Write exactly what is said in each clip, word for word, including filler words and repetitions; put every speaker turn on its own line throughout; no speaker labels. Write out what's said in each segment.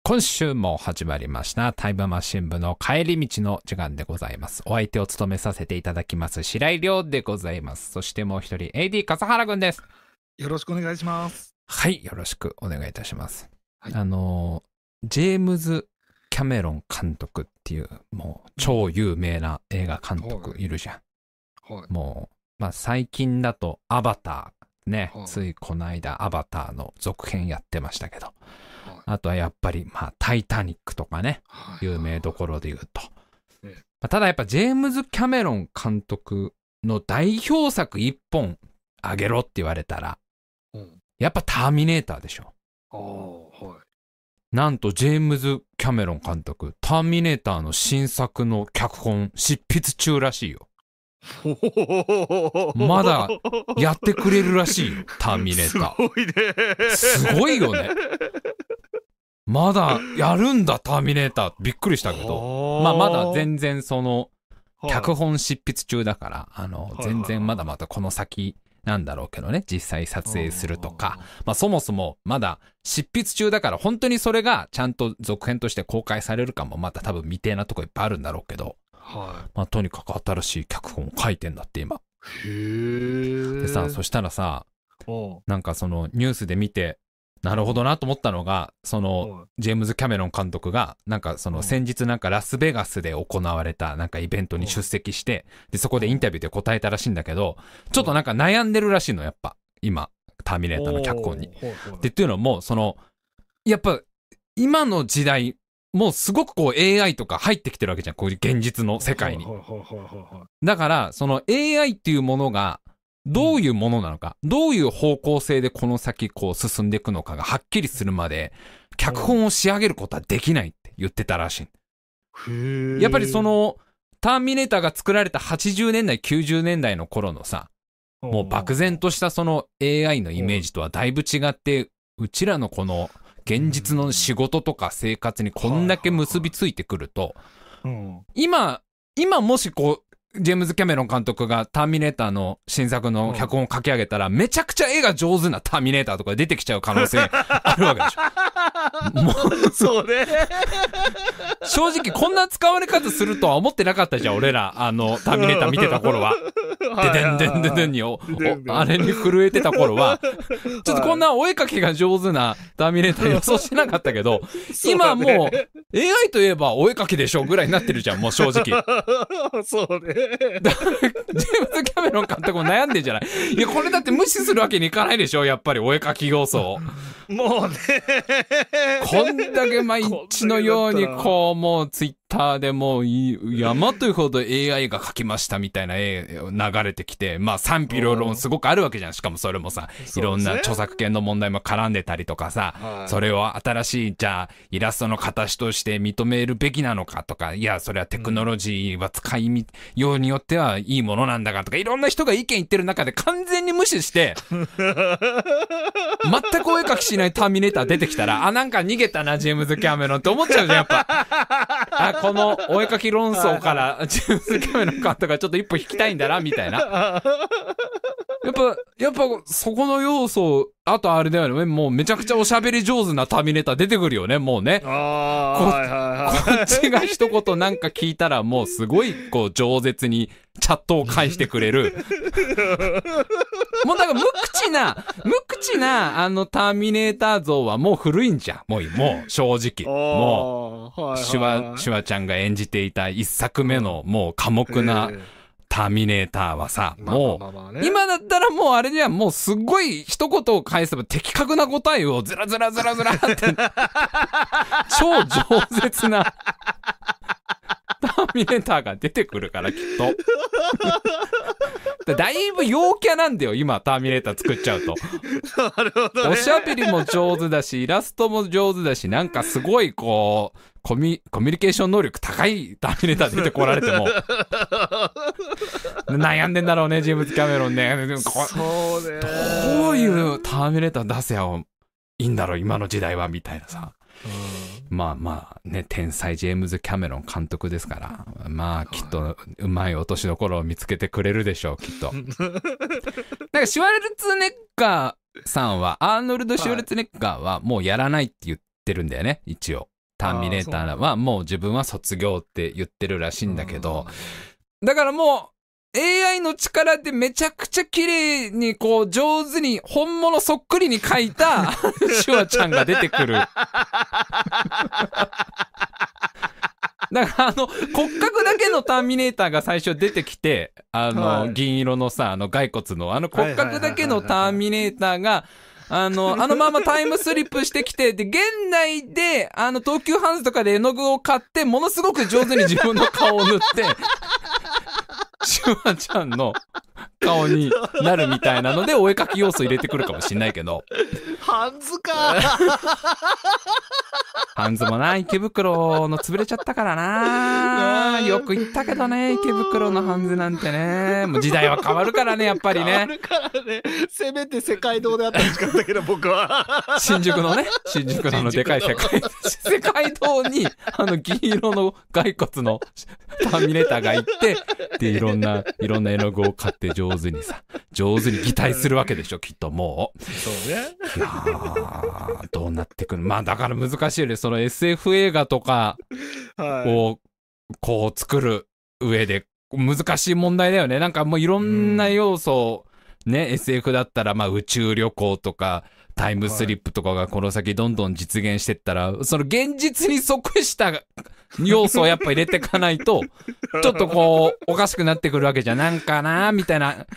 今週も始まりましたタイムマシン部の帰り道の時間でございます。お相手を務めさせていただきます白井亮でございます。そしてもう一人 エーディー 笠原くんです。
よろしくお願いします。
はい、よろしくお願いいたします、
はい、
あのジェームズ・キャメロン監督っていうもう超有名な映画監督いるじゃん、はい、もう、まあ、最近だとアバターね、はい、ついこの間アバターの続編やってましたけど、はい、あとはやっぱり、まあ、タイタニックとかね、はい、有名どころで言うと、はい、まあ、ただやっぱジェームズ・キャメロン監督の代表作一本あげろって言われたら、うん、やっぱターミネーターでしょ。
あ、はい、
なんとジェームズ・キャメロン監督、ターミネーターの新作の脚本執筆中らしいよ。まだやってくれるらしいよ、ターミネーター。
すごいね。
すごいよね。まだやるんだターミネーター、びっくりしたけど、まあまだ全然その脚本執筆中だから、あの全然まだまだこの先なんだろうけどね、実際撮影するとか、まあそもそもまだ執筆中だから本当にそれがちゃんと続編として公開されるかもまた多分未定なとこいっぱいあるんだろうけど、はい、まあとにかく新しい脚本を書いてんだって今。
へー。
でさ、そしたらさ、なんかそのニュースで見てなるほどなと思ったのが、そのジェームズ・キャメロン監督がなんかその先日なんかラスベガスで行われたなんかイベントに出席して、でそこでインタビューで答えたらしいんだけど、ちょっとなんか悩んでるらしいの、やっぱ今ターミネーターの脚本に。でっていうのもそのやっぱ今の時代もうすごくこう エーアイ とか入ってきてるわけじゃん、こういう現実の世界に。だからその エーアイ っていうものがどういうものなのか、うん、どういう方向性でこの先こう進んでいくのかがはっきりするまで脚本を仕上げることはできないって言ってたらしい。
へー。
やっぱりそのターミネーターが作られたはちじゅうねんだいきゅうじゅうねんだいの頃のさ、もう漠然としたその エーアイ のイメージとはだいぶ違って、うちらのこの現実の仕事とか生活にこんだけ結びついてくると、今今もしこうジェームズ・キャメロン監督がターミネーターの新作の脚本を書き上げたら、めちゃくちゃ絵が上手なターミネーターとか出てきちゃう可能性あるわけでしょ。もう
そうね。
正直こんな使われ方するとは思ってなかったじゃん、俺ら。あのターミネーター見てた頃は。ででんでんでんでんにおあれに震えてた頃は、ちょっとこんなお絵描きが上手なターミネーター予想してなかったけど、今もう エーアイ といえばお絵描きでしょぐらいになってるじゃん、もう正直。
そうね。
ジェームズ・キャメロン監督も悩んでんじゃない？いや、これだって無視するわけにいかないでしょ、やっぱりお絵描き要素を。
もうね。
こんだけ毎日のようにこう、もうツイッターでもう山というほど エーアイ が描きましたみたいな絵流れてきて、まあ賛否両論すごくあるわけじゃん。しかもそれもさ、いろんな著作権の問題も絡んでたりとかさ、それを新しいじゃあイラストの形として認めるべきなのかとか、いやそれはテクノロジーは使いみようによってはいいものなんだがとか、いろんな人が意見言ってる中で完全に無視して全くお絵描きしないターミネーター出てきたら、あ、なんか逃げたなジェームズ・キャメロンって思っちゃうじゃん、やっぱ。あ、このお絵描き論争からジェームズ・キャメロン監督がちょっと一歩引きたいんだなみたいな。やっぱやっぱそこの要素、あとあれだよね、もうめちゃくちゃおしゃべり上手なターミネーター出てくるよね、もうね。
あ
こ、
はいはいはい、
こっちが一言なんか聞いたらもうすごいこう饒舌にチャットを返してくれる。もうだから無口な無口なあのターミネーター像はもう古いんじゃん。もうもう正直もう、はいはいはい、シュワシュワちゃんが演じていた一作目のもう寡黙なターミネーターはさ、もう今だったらもうあれじゃん、もうすっごい一言を返せば的確な答えをずらずらずらずらって超饒舌なターミネーターが出てくるから、きっとだいぶ陽キャなんだよ今ターミネーター作っちゃうと。
なるほどね。
おしゃべりも上手だしイラストも上手だし、なんかすごいこうコミ、コミュニケーション能力高いターミネーター出てこられても悩んでんだろうね、ジェームズ・キャメロンね。
そうね。
どういうターミネーター出せやいいんだろう今の時代はみたいなさ。うん、まあまあね、天才ジェームズ・キャメロン監督ですから、まあきっとうまい落としどころを見つけてくれるでしょう、きっと。なんかシュワルツェネッガーさんは、アーノルド・シュワルツェネッガーはもうやらないって言ってるんだよね、一応。 ターミネーターはもう自分は卒業って言ってるらしいんだけど、だからもう エーアイ の力でめちゃくちゃ綺麗にこう上手に本物そっくりに描いたシュワちゃんが出てくる。だからあの骨格だけのターミネーターが最初出てきて、あの、はい、銀色のさ、あの骸骨のあの骨格だけのターミネーターがあのあのままタイムスリップしてきて、で現代であの東急ハンズとかで絵の具を買ってものすごく上手に自分の顔を塗ってシュワちゃんの顔になるみたいなのでお絵描き要素入れてくるかもしんないけど、
ハンズか
ハンズもな、池袋の潰れちゃったからな。よく言ったけどね、池袋のハンズなんてね。もう時代は変わるからね、やっぱりね。
変わるからね。せめて世界堂であったら欲しかったけど、僕は。
新宿のね、新宿のあのでかい世界、世界堂に、あの銀色の骸骨のターミネーターが行って、で、いろんな、いろんな絵の具を買って上手にさ、上手に擬態するわけでしょ、きっともう。
そうね。
いやー、どうなってくる。まあだから難しいよね。その エスエフ 映画とかをこう作る上で難しい問題だよね。なんかもういろんな要素、ね、うん、エスエフ だったらまあ宇宙旅行とかタイムスリップとかがこの先どんどん実現してったら、その現実に即した要素をやっぱ入れていかないと、ちょっとこう、おかしくなってくるわけじゃなんかな、みたいな。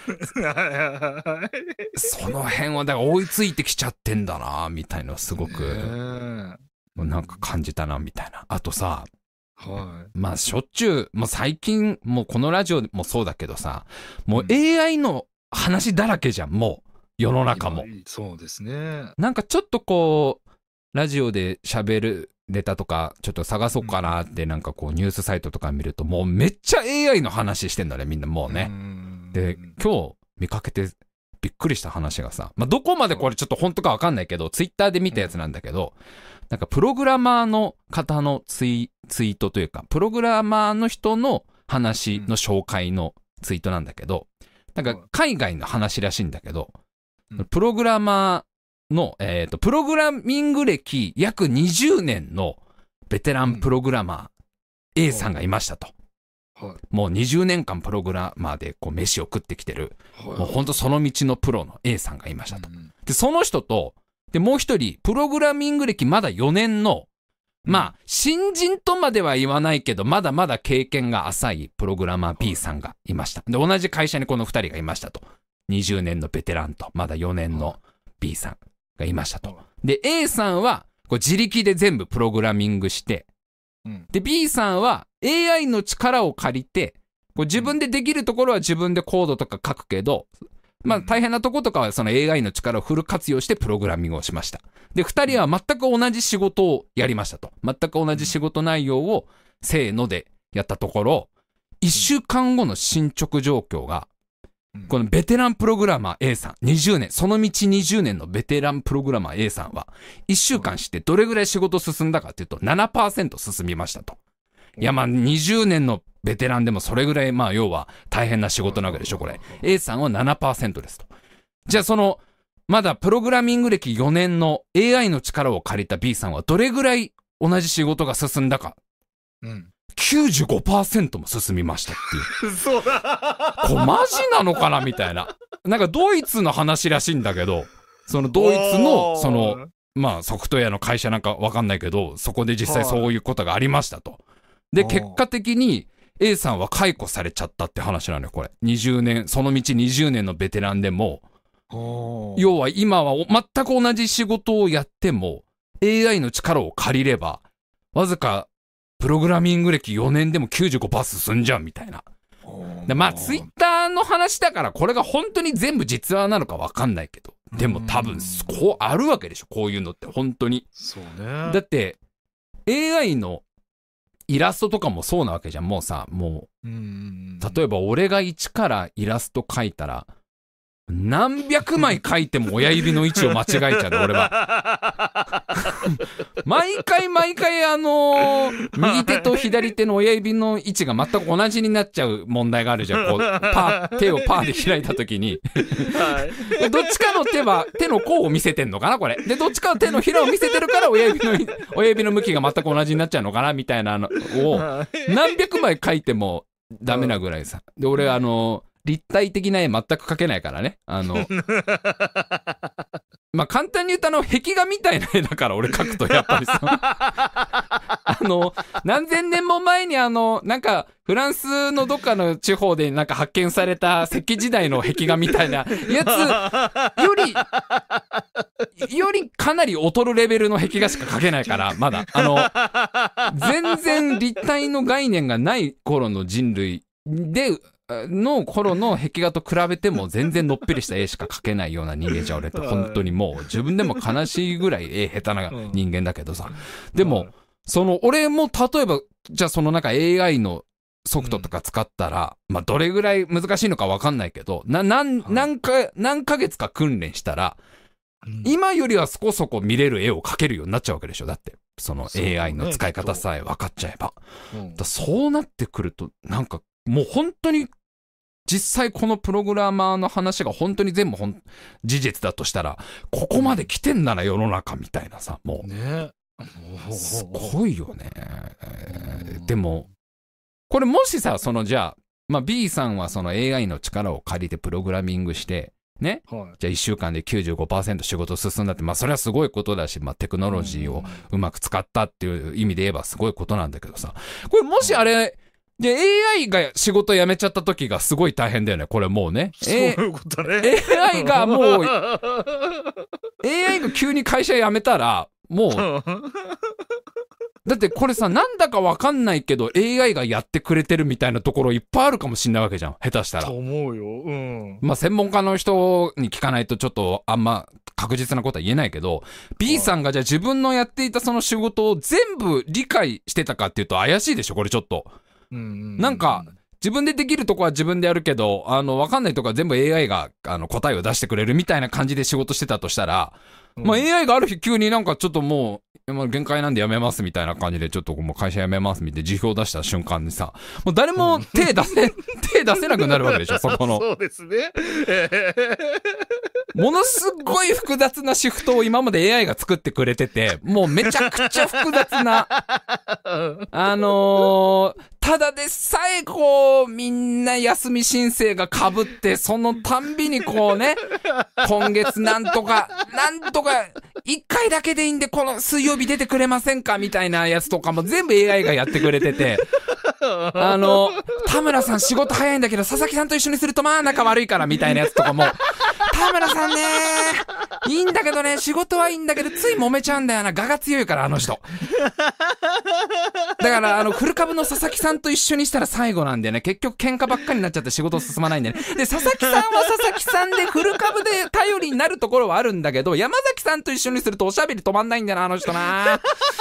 その辺は、だから追いついてきちゃってんだな、みたいなすごく、なんか感じたな、みたいな。あとさ、はい、まあしょっちゅう、もう最近、もうこのラジオもそうだけどさ、もう エーアイ の話だらけじゃん、もう。世の中も。
そうですね。
なんかちょっとこう、ラジオで喋るネタとか、ちょっと探そうかなって、なんかこうニュースサイトとか見ると、もうめっちゃ エーアイ の話してんだね、みんなもうね。うで、今日見かけてびっくりした話がさ、まあ、どこまでこれちょっと本当かわかんないけど、ツイッターで見たやつなんだけど、なんかプログラマーの方のツイ、ツイートというか、プログラマーの人の話の紹介のツイートなんだけど、なんか海外の話らしいんだけど、プログラマーの、えっと、プログラミング歴約にじゅうねんのベテランプログラマー A さんがいましたと。はい、もうにじゅうねんかんプログラマーでこう飯を食ってきてる、はい、もうほんとその道のプロの A さんがいましたと。で、その人と、で、もう一人、プログラミング歴まだよねんの、まあ、新人とまでは言わないけど、まだまだ経験が浅いプログラマー B さんがいました。で、同じ会社にこの二人がいましたと。にじゅうねんのベテランと、まだよねんの B さんがいましたと。で、A さんは、こう自力で全部プログラミングして、で、B さんは エーアイ の力を借りて、こう自分でできるところは自分でコードとか書くけど、まあ大変なとことかはその エーアイ の力をフル活用してプログラミングをしました。で、二人は全く同じ仕事をやりましたと。全く同じ仕事内容をせーのでやったところ、一週間後の進捗状況が、このベテランプログラマー A さん、にじゅうねん、その道にじゅうねんのベテランプログラマー A さんは、いっしゅうかんしてどれぐらい仕事進んだかっていうと ななパーセント 進みましたと。いやまあにじゅうねんのベテランでもそれぐらいまあ要は大変な仕事なわけでしょこれ。A さんは ななパーセント ですと。じゃあその、まだプログラミング歴よねんの エーアイ の力を借りた B さんはどれぐらい同じ仕事が進んだか。うん。きゅうじゅうごパーセント も進みましたっていう。
そうだ。
これマジなのかなみたいな。なんかドイツの話らしいんだけど、そのドイツの、その、まあソフトウェアの会社なんかわかんないけど、そこで実際そういうことがありましたと。で、結果的に A さんは解雇されちゃったって話なのよ、これ。にじゅうねん、その道にじゅうねんのベテランでも、要は今は全く同じ仕事をやっても、エーアイ の力を借りれば、わずかプログラミング歴よねんでも きゅうじゅうごパーセント 進んじゃうみたいな。でまあツイッターの話だからこれが本当に全部実話なのかわかんないけど。でも多分こうあるわけでしょ、こういうのって本当に。
そうね。
だって エーアイ のイラストとかもそうなわけじゃん。もうさ、もう、例えば俺が一からイラスト描いたら、 何百枚書いても親指の位置を間違えちゃうの俺は毎回毎回あのー、右手と左手の親指の位置が全く同じになっちゃう問題があるじゃん。こうパー手をパーで開いた時に、はい、どっちかの手は手の甲を見せてんのかなこれで、どっちかの手のひらを見せてるから親指の親指の向きが全く同じになっちゃうのかなみたいなのを何百枚書いてもダメなぐらいさ。で俺あのー立体的な絵全く描けないからね。あの、まあ、簡単に言うとあの、壁画みたいな絵だから俺描くとやっぱりさ、あの、何千年も前にあの、なんか、フランスのどっかの地方でなんか発見された石器時代の壁画みたいなやつより、よりかなり劣るレベルの壁画しか描けないから、まだ。あの、全然立体の概念がない頃の人類で、の頃の壁画と比べても全然のっぺりした絵しか描けないような人間じゃ俺って本当にもう自分でも悲しいぐらい絵下手な人間だけどさ。でも、その俺も例えば、じゃあそのなんか エーアイ のソフトとか使ったら、まあどれぐらい難しいのかわかんないけど、な、なん、何か、何ヶ月か訓練したら、今よりはそこそこ見れる絵を描けるようになっちゃうわけでしょ。だって、その エーアイ の使い方さえ分かっちゃえば。だそうなってくると、なんかもう本当に、実際このプログラマーの話が本当に全部ほん事実だとしたら、ここまで来てんなら世の中みたいなさ、もう。ね。すごいよね。でも、これもしさ、そのじゃあ、まあ B さんはその エーアイ の力を借りてプログラミングして、ね。はい、じゃあいっしゅうかんで きゅうじゅうごパーセント 仕事進んだって、まあそれはすごいことだし、まあテクノロジーをうまく使ったっていう意味で言えばすごいことなんだけどさ、これもしあれ、で、エーアイ が仕事辞めちゃった時がすごい大変だよね、これもうね。
そういうことね。
エーアイ がもう、エーアイ が急に会社辞めたら、もう、だってこれさ、なんだかわかんないけど エーアイ がやってくれてるみたいなところいっぱいあるかもしんないわけじゃん、下手したら。
と思うよ。うん。
まあ専門家の人に聞かないとちょっとあんま確実なことは言えないけど、B さんがじゃあ自分のやっていたその仕事を全部理解してたかっていうと怪しいでしょ、これちょっと。なんか自分でできるとこは自分でやるけど、あの分かんないとこは全部 エーアイ があの答えを出してくれるみたいな感じで仕事してたとしたら、うん、まあ エーアイ がある日急になんかちょっともう、まあ、限界なんでやめますみたいな感じでちょっともう会社辞めますみたいな辞表出した瞬間にさ、もう誰も手出せ、うん、手出せなくなるわけでしょ、そこの。
そうですね。
ものすごい複雑なシフトを今まで エーアイ が作ってくれてて、もうめちゃくちゃ複雑な、あのー、ただでさえこう、みんな休み申請が被って、そのたんびにこうね、今月なんとか、なんとか、一回だけでいいんでこの水曜日出てくれませんかみたいなやつとかも全部 エーアイ がやってくれてて、あの、田村さん仕事早いんだけど佐々木さんと一緒にするとまあ仲悪いからみたいなやつとかも、田村さんねー、いいんだけどね、仕事はいいんだけどつい揉めちゃうんだよな、我が強いからあの人。だからあのフル株の佐々木さんと一緒にしたら最後なんだよね。結局喧嘩ばっかりになっちゃって仕事進まないんだよね。で、佐々木さんは佐々木さんでフル株で頼りになるところはあるんだけど、山崎さんと一緒にするとおしゃべり止まんないんだよな、あの人な。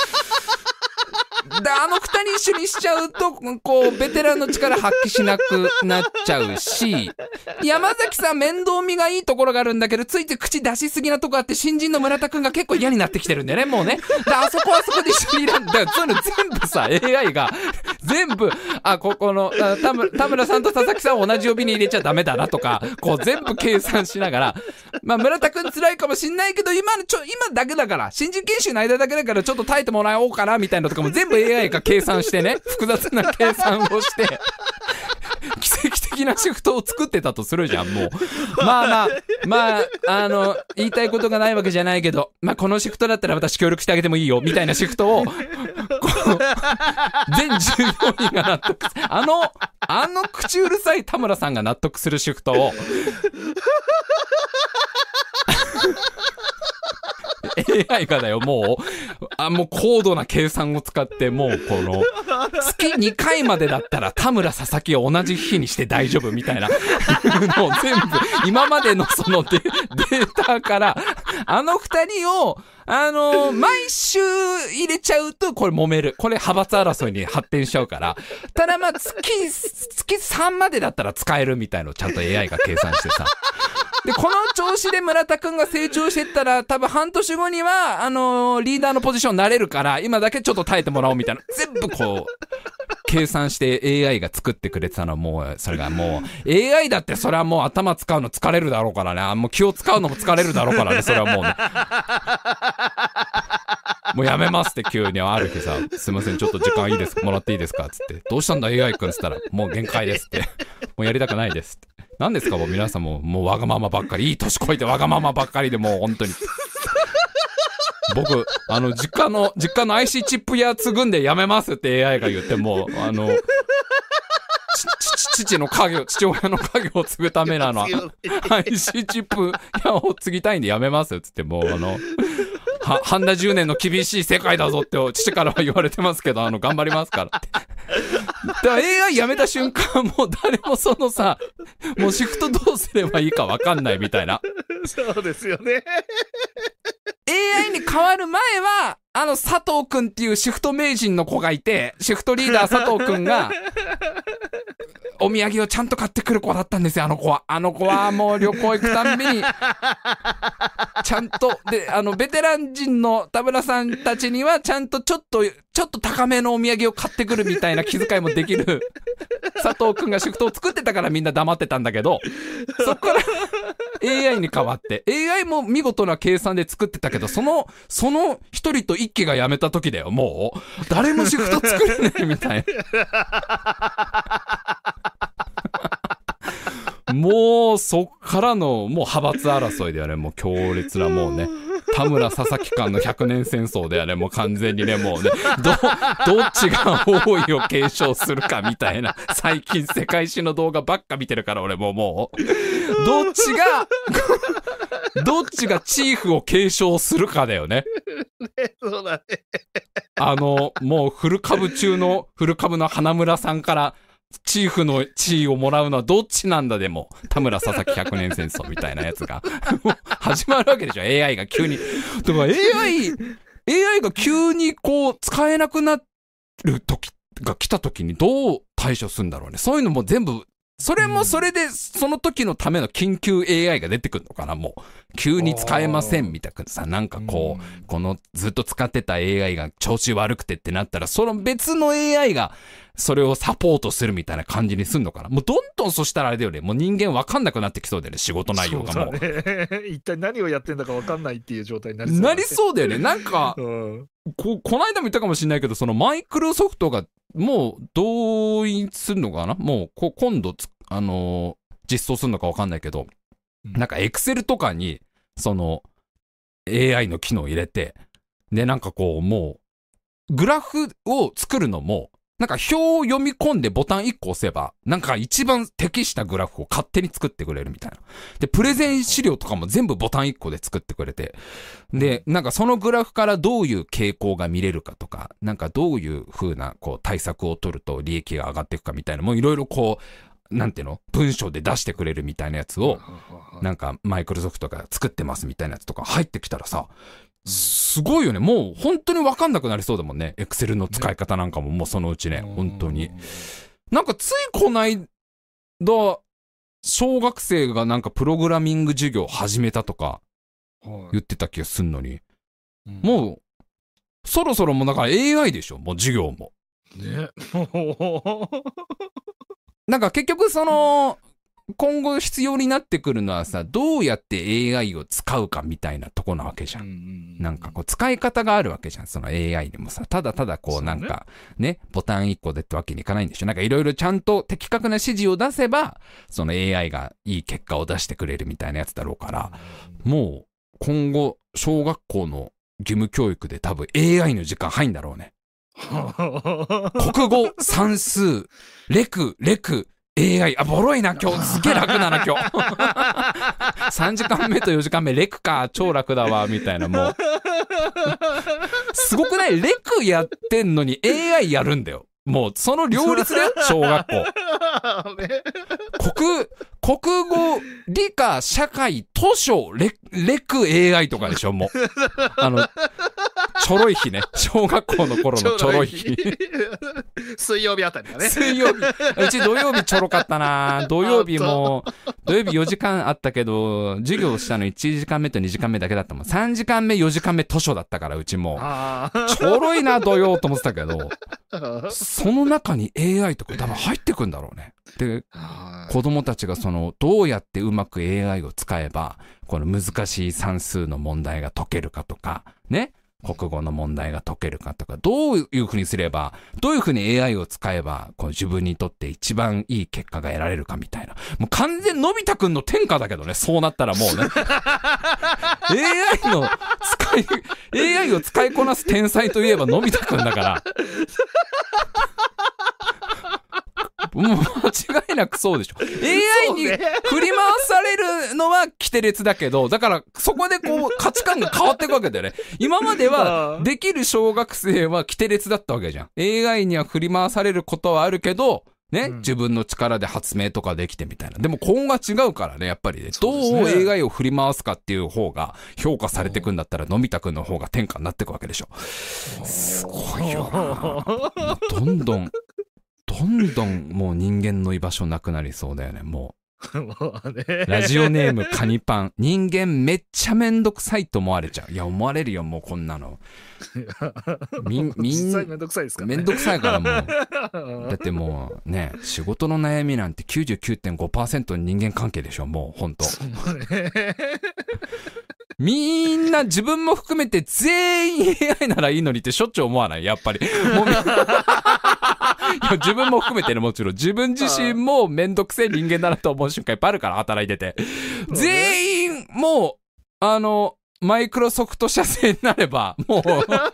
で、あの二人一緒にしちゃうと、こう、ベテランの力発揮しなくなっちゃうし、山崎さん面倒見がいいところがあるんだけど、ついて口出しすぎなとこあって、新人の村田くんが結構嫌になってきてるんだよね、もうね。で、あそこはあそこで一緒にいるんだよ。そういうの全部さ、エーアイ が、全部、あ、ここの、田村、田村さんと佐々木さんを同じ呼びに入れちゃダメだなとか、こう全部計算しながら、まあ、村田くん辛いかもしんないけど、今のちょ、今だけだから、新人研修の間だけだからちょっと耐えてもらおうかな、みたいなとかも全部エーアイ が計算してね、複雑な計算をして、奇跡的なシフトを作ってたとするじゃん、もう。まあまあ、まあ、あの、言いたいことがないわけじゃないけど、まあこのシフトだったら私協力してあげてもいいよ、みたいなシフトを、こう、全従業員が納得する。あの、あの口うるさい田村さんが納得するシフトを、エーアイ がだよ、もう、あ、もう高度な計算を使って、もうこの、月にかいまでだったら田村佐々木を同じ日にして大丈夫みたいな、もう全部、今までのそのデ、データから、あの二人を、あのー、毎週入れちゃうと、これ揉める。これ派閥争いに発展しちゃうから。ただまあ、月、月さんまでだったら使えるみたいのをちゃんと エーアイ が計算してさ。 で、この調子で村田くんが成長してったら、多分半年後には、あのー、リーダーのポジションになれるから、今だけちょっと耐えてもらおうみたいな。全部こう、計算して エーアイ が作ってくれてたのはもう、それがもう、エーアイ だってそれはもう頭使うの疲れるだろうからね。もう気を使うのも疲れるだろうからね、それはもうね。もうやめますって急にある日さ、すいませんちょっと時間いいですかもらっていいですかつって、どうしたんだ エーアイ 君つったら、もう限界ですって、もうやりたくないですって。何ですかもう皆さんももうわがままばっかり、いい年こいてわがままばっかりでもう本当に。僕、あの、実家の、実家の アイシー チップ屋継ぐんでやめますって エーアイ が言っても、あの、父の家業、父親の家業を継ぐためなの、アイシー チップ屋を継ぎたいんでやめますっつってもう、あの、は、半田じゅうねんの厳しい世界だぞって父からは言われてますけど、あの、頑張りますからって。だから エーアイ やめた瞬間、もう誰もそのさ、もうシフトどうすればいいか分かんないみたいな。
そうですよね。
エーアイ に変わる前は、あの、佐藤くんっていうシフト名人の子がいて、シフトリーダー佐藤くんが、お土産をちゃんと買ってくる子だったんですよ、あの子は。あの子はもう旅行行くたんびに、ちゃんと、で、あの、ベテラン人の田村さんたちには、ちゃんとちょっと、ちょっと高めのお土産を買ってくるみたいな気遣いもできる、佐藤くんがシフトを作ってたからみんな黙ってたんだけど、そっから、エーアイ に変わって、エーアイ も見事な計算で作ってたけど、その、その一人と一機が辞めた時だよ、もう。誰もシフト作れねえみたいな。もう、そっからの、もう派閥争いだよね、もう強烈なもうね。田村佐々木間のひゃくねん戦争だよね、もう完全にね、もうね。ど、どっちが王位を継承するかみたいな。最近世界史の動画ばっか見てるから、俺ももう。どっちが、どっちがチーフを継承するかだよね。
ね、そうだね。
あの、もうフル株中の、フル株の花村さんから、チーフの地位をもらうのはどっちなんだでも、田村佐々木ひゃくねん戦争みたいなやつが始まるわけでしょ、エーアイ が急に。だから エーアイ、エーアイ が急にこう使えなくなる時が来た時にどう対処するんだろうね。そういうのも全部、それもそれでその時のための緊急 エーアイ が出てくるのかな、もう。急に使えませんみたいなさ、なんかこう、このずっと使ってた エーアイ が調子悪くてってなったら、その別の エーアイ がそれをサポートするみたいな感じにすんのかな。もうどんどんそしたらあれだよね、もう人間わかんなくなってきそうだよね、仕事内容がもう。
そうだね、一体何をやってんだかわかんないっていう状態になりそうだね。
なりそうだよね。なんか、うん、こ、この間も言ったかもしれないけど、そのマイクロソフトがもう動員するのかな、もうこ今度つ、あのー、実装するのかわかんないけど、うん、なんかエクセルとかに、その エーアイ の機能を入れて、で、なんかこう、もう、グラフを作るのも、なんか表を読み込んでボタンいっこ押せば、なんか一番適したグラフを勝手に作ってくれるみたいな。で、プレゼン資料とかも全部ボタンいっこで作ってくれて、で、なんかそのグラフからどういう傾向が見れるかとか、なんかどういう風なこう対策を取ると利益が上がっていくかみたいな、もういろいろこう、なんていうの文章で出してくれるみたいなやつを、なんかマイクロソフトが作ってますみたいなやつとか入ってきたらさ、すごいよね。もう本当にわかんなくなりそうだもんね。エクセルの使い方なんかももうそのうちね、本当に。なんかついこないだ、小学生がなんかプログラミング授業始めたとか言ってた気がすんのに、もうそろそろもうだから エーアイ でしょ、もう授業も。ね。なんか結局その、今後必要になってくるのはさ、どうやって エーアイ を使うかみたいなとこなわけじゃん。なんかこう使い方があるわけじゃん、その エーアイ にもさ。ただただこうなんかね、ボタンいっこでってわけにいかないんでしょ。なんかいろいろちゃんと的確な指示を出せば、その エーアイ がいい結果を出してくれるみたいなやつだろうから、もう今後小学校の義務教育で多分 エーアイ の時間入んだろうね。国語、算数、レク、レク、エーアイ、あ、ボロいな、今日。すげえ楽だな、今日。さんじかんめとよじかんめ、レクか、超楽だわ、みたいな、もう。すごくない？レクやってんのに エーアイ やるんだよ。もう、その両立だよ、小学校。国、国語、理科、社会、図書、レ、レク エーアイ とかでしょ、もう。あの、 ちょろい日ね。小学校の頃のちょろい日。
水曜日あたりだね。
水曜日。うち土曜日ちょろかったな。土曜日も、土曜日よじかんあったけど、授業したのいちじかんめとにじかんめだけだったもん。さんじかんめ、よじかんめ図書だったから、うちも。ちょろいな、土曜と思ってたけど、その中に エーアイ とか多分入ってくんだろうね。で、子供たちがその、どうやってうまく エーアイ を使えば、この難しい算数の問題が解けるかとか、ね。国語の問題が解けるかとか、どういうふうにすれば、どういうふうに エーアイ を使えば、こう自分にとって一番いい結果が得られるかみたいな。もう完全のび太くんの天下だけどね、そうなったらもうね。エーアイ の使い、エーアイ を使いこなす天才といえばのび太くんだから。もう間違いなくそうでしょ。エーアイ に振り回されるのは規定列だけど、だからそこでこう価値観が変わっていくわけだよね。今まではできる小学生は規定列だったわけじゃん。エーアイ には振り回されることはあるけど、ね、うん、自分の力で発明とかできてみたいな。でも今後は違うからね、やっぱりね。どう エーアイ を振り回すかっていう方が評価されてくんだったら、のび太くんの方が天下になってくわけでしょ。すごいよな。どんどん、どんどんもう人間の居場所なくなりそうだよね、もう。もうね、ラジオネームカニパン。人間めっちゃめんどくさいと思われちゃう。いや、思われるよ、もうこんなの。みん、みん、
実際めんどくさいですかね。
めんどくさいからもう。だってもうね、仕事の悩みなんて きゅうじゅうきゅうてんごパーセント 人間関係でしょ、もうほんと。みんな自分も含めて全員 エーアイ ならいいのにってしょっちゅう思わない？やっぱり。もういや自分も含めてね、もちろん。自分自身もめんどくせえ人間だなと思う瞬間いっぱいあるから、働いてて。全員、もう、あの、マイクロソフト社製になれば、もう、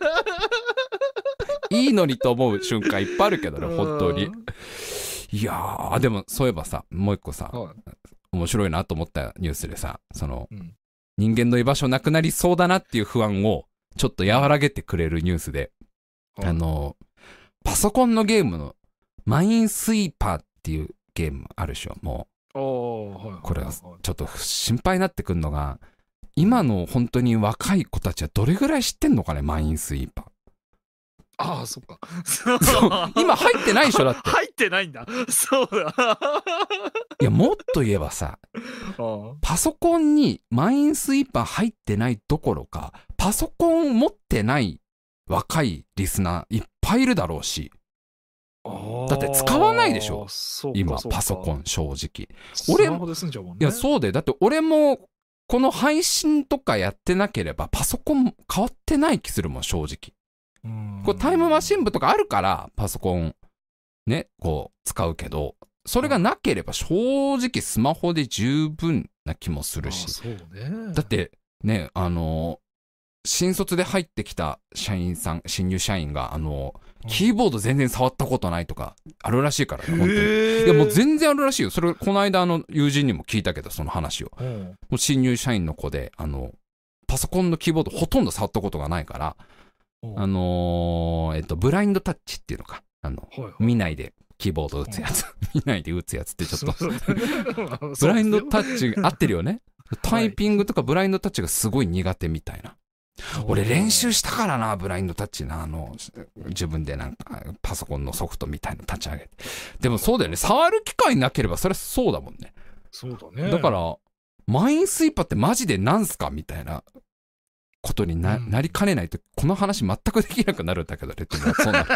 いいのにと思う瞬間いっぱいあるけどね、本当に。いやー、でもそういえばさ、もう一個さ、面白いなと思ったニュースでさ、その、うん人間の居場所なくなりそうだなっていう不安をちょっと和らげてくれるニュースで、うん、あの、パソコンのゲームのマインスイーパーっていうゲームあるでしょ、もう。おー、はいはいはいはい、これはちょっと心配になってくるのが、今の本当に若い子たちはどれぐらい知ってんのかね、マインスイーパー。
ああ、そっか。
そう今入ってないでしょ、だって。
入ってないんだ。そうだ。
いや、もっと言えばさ、パソコンにマインスイーパー入ってないどころか、パソコン持ってない若いリスナーいっぱいいるだろうし。だって使わないでしょ今、パソコン、正直。俺も、いや、そうで、だって俺も、この配信とかやってなければ、パソコン変わってない気するもん、正直。これタイムマシン部とかあるからパソコンねこう使うけどそれがなければ正直スマホで十分な気もするし、そうね、だってねあの新卒で入ってきた社員さん新入社員があのキーボード全然触ったことないとかあるらしいからね本当に。いやもう全然あるらしいよ。それこの間あの友人にも聞いたけどその話を、もう新入社員の子であのパソコンのキーボードほとんど触ったことがないからあのー、えっと、ブラインドタッチっていうのか。あの、はいはい、見ないでキーボード打つやつ。見ないで打つやつってちょっと。ブラインドタッチ合ってるよね。タイピングとかブラインドタッチがすごい苦手みたいな。俺練習したからな、ブラインドタッチな。あの、自分でなんかパソコンのソフトみたいなの立ち上げて。でもそうだよね。触る機会なければそれはそうだもんね。
そうだね。
だから、マインスイーパーってマジでなんすかみたいな。ことに な,、うん、なりかねないとこの話全くできなくなるんだけどねってそうなる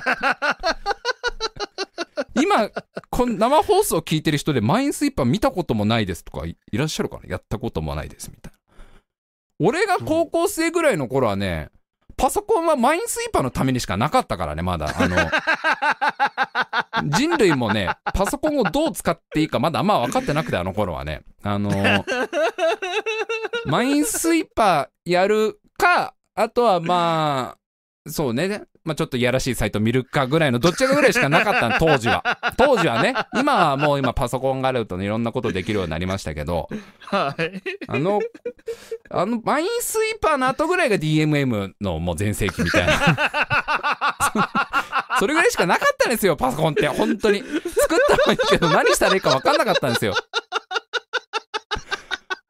今この生放送を聞いてる人でマインスイーパー見たこともないですとか い, いらっしゃるかな。やったこともないですみたいな。俺が高校生ぐらいの頃はね、パソコンはマインスイーパーのためにしかなかったからね。まだあの人類もねパソコンをどう使っていいかまだあんま分かってなくて、あの頃はねあのマインスイーパーやるか、あとはまあそうね、まあちょっといやらしいサイト見るかぐらいのどっちかぐらいしかなかったの当時は当時はね。今はもう今パソコンがあるといろんなことできるようになりましたけど、はいあのあのマインスイーパーの後ぐらいが ディーエムエム のもう全盛期みたいなそ, それぐらいしかなかったんですよパソコンって。本当に作ったのいいけど何したらいいか分かんなかったんですよ。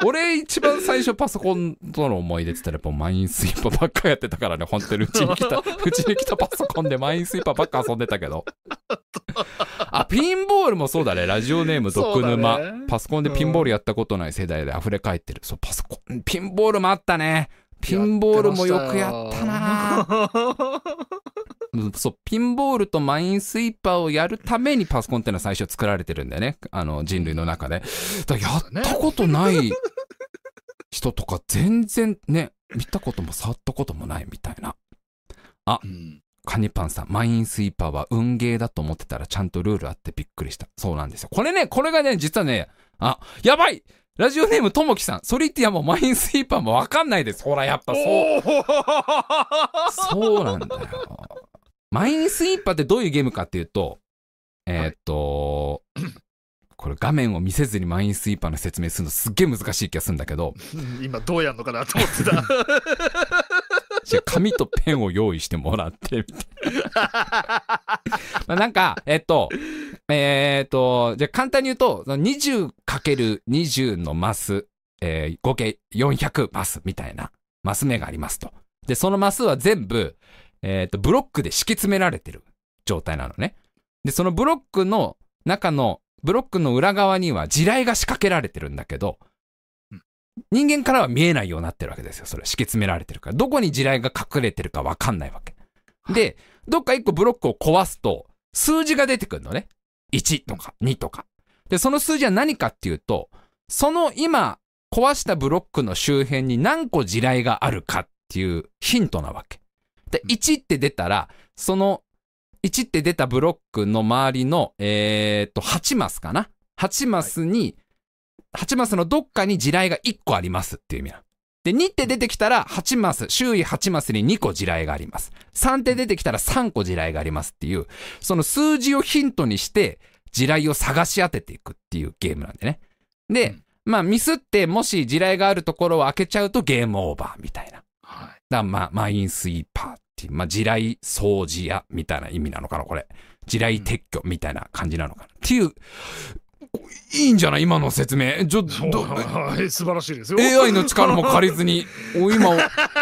俺一番最初パソコンとの思い出って言ったらやっぱマインスイーパーばっかやってたからね、本当にうちに来た、うちに来たパソコンでマインスイーパーばっか遊んでたけど。あ、ピンボールもそうだね。ラジオネーム毒沼、ね。パソコンでピンボールやったことない世代で溢れ返ってる。そう、パソコン、ピンボールもあったね。ピンボールもよくやったな。そう、ピンボールとマインスイーパーをやるためにパソコンってのは最初作られてるんだよね。あの人類の中で。だからやったことない人とか全然ね、見たことも触ったこともないみたいな。あ、うん、カニパンさん、マインスイーパーは運ゲーだと思ってたらちゃんとルールあってびっくりした。そうなんですよ。これね、これがね、実はね、あ、やばいラジオネームともきさん、ソリティアもマインスイーパーもわかんないです。ほら、やっぱそう。そうなんだよ。マインスイーパーってどういうゲームかっていうと、えー、っと、はい、これ画面を見せずにマインスイーパーの説明するのすっげえ難しい気がするんだけど。
今どうやんのかなと思ってた。
じゃあ紙とペンを用意してもらってみたいな。まあなんか、えっと、えー、っと、じゃあ簡単に言うと、にじゅうかけるにじゅう のマス、えー、合計よんひゃくマスみたいなマス目がありますと。で、そのマスは全部、えー、っと、ブロックで敷き詰められてる状態なのね。で、そのブロックの中の、ブロックの裏側には地雷が仕掛けられてるんだけど、人間からは見えないようになってるわけですよ。それ敷き詰められてるから。どこに地雷が隠れてるかわかんないわけ。で、どっか一個ブロックを壊すと、数字が出てくるのね。いちとかにとか。で、その数字は何かっていうと、その今壊したブロックの周辺に何個地雷があるかっていうヒントなわけ。で、いちって出たら、そのいちって出たブロックの周りの、えーっと、はちマスかな ?はち マスに、はちマスのどっかに地雷がいっこありますっていう意味なの。で、にって出てきたらはちマス、周囲はちマスににこ地雷があります。さんって出てきたらさんこ地雷がありますっていう、その数字をヒントにして地雷を探し当てていくっていうゲームなんでね。で、うん、まあミスってもし地雷があるところを開けちゃうとゲームオーバーみたいな。はい。だからまあ、マインスイーパーっていう、まあ地雷掃除屋みたいな意味なのかな、これ。地雷撤去みたいな感じなのかな。っていう、いいんじゃない今の説明。ちょっと、
素晴らしいですよ。
エーアイ の力も借りずに、お今、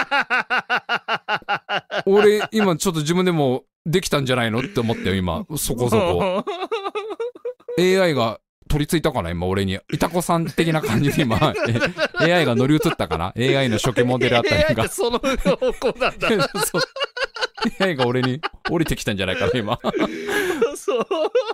俺、今ちょっと自分でもできたんじゃないのって思ったよ、今。そこそこ。エーアイ が取り付いたかな今、俺に。いたこさん的な感じで今、エーアイ が乗り移ったかな エーアイ の初期モデルあたりが。
その方向なんだ。
そう。エーアイ が俺に降りてきたんじゃないかな、今。そう。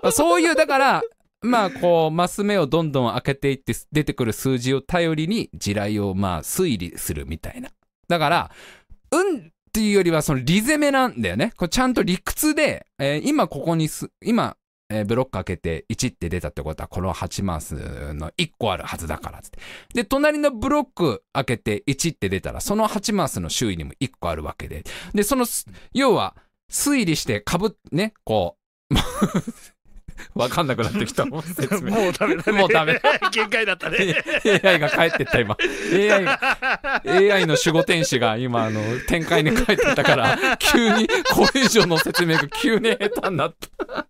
そういう、だから、まあこうマス目をどんどん開けていって出てくる数字を頼りに地雷をまあ推理するみたいな。だから運っていうよりはその理攻めなんだよね。これちゃんと理屈で、えー、今ここにす今、えー、ブロック開けていちって出たってことはこのはちマスのいっこあるはずだからつって。で隣のブロック開けていちって出たらそのはちマスの周囲にもいっこあるわけで。でその要は推理してかぶねこう。わかんなくなってきたもん説明
もうダメだね
もうダメ
限界だったね
エーアイ が帰ってった今 エーアイ が エーアイ の守護天使が今あの展開に帰ってったから急にこれ以上の説明が急に下手になった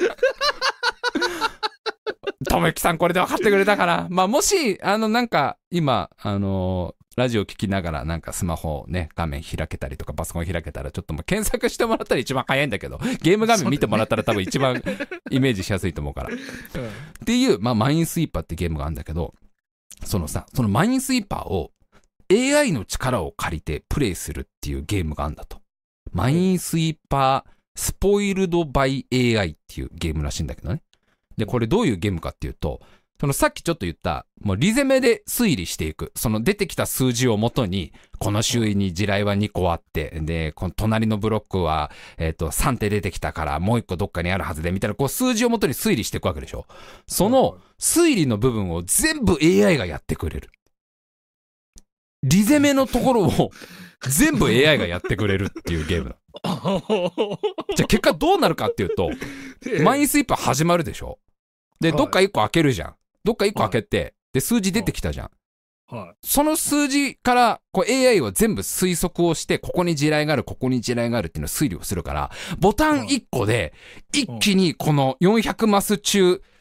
とめきさんこれで分かってくれたからまあもしあのなんか今あのラジオ聞きながらなんかスマホね画面開けたりとかパソコン開けたらちょっともう検索してもらったら一番早いんだけどゲーム画面見てもらったら多分一番イメージしやすいと思うから、うん、っていうまあマインスイーパーってゲームがあるんだけどそのさそのマインスイーパーを エーアイ の力を借りてプレイするっていうゲームがあるんだとマインスイーパースポイルドバイ エーアイ っていうゲームらしいんだけどねでこれどういうゲームかっていうとそのさっきちょっと言った、もうリ攻めで推理していく。その出てきた数字をもとに、この周囲に地雷はにこあって、で、この隣のブロックは、えっと、さんって出てきたから、もういっこどっかにあるはずで、みたいな、こう数字をもとに推理していくわけでしょ。その推理の部分を全部 エーアイ がやってくれる。リ攻めのところを全部 エーアイ がやってくれるっていうゲームだ。じゃあ結果どうなるかっていうと、マインスイーパー始まるでしょ。で、どっかいっこ開けるじゃん。どっかいっこ開けて、はい、で、数字出てきたじゃん。はい、その数字から、こう エーアイ は全部推測をして、ここに地雷がある、ここに地雷があるっていうのを推理をするから、ボタンいっこで、一気にこのよんひゃくマス中、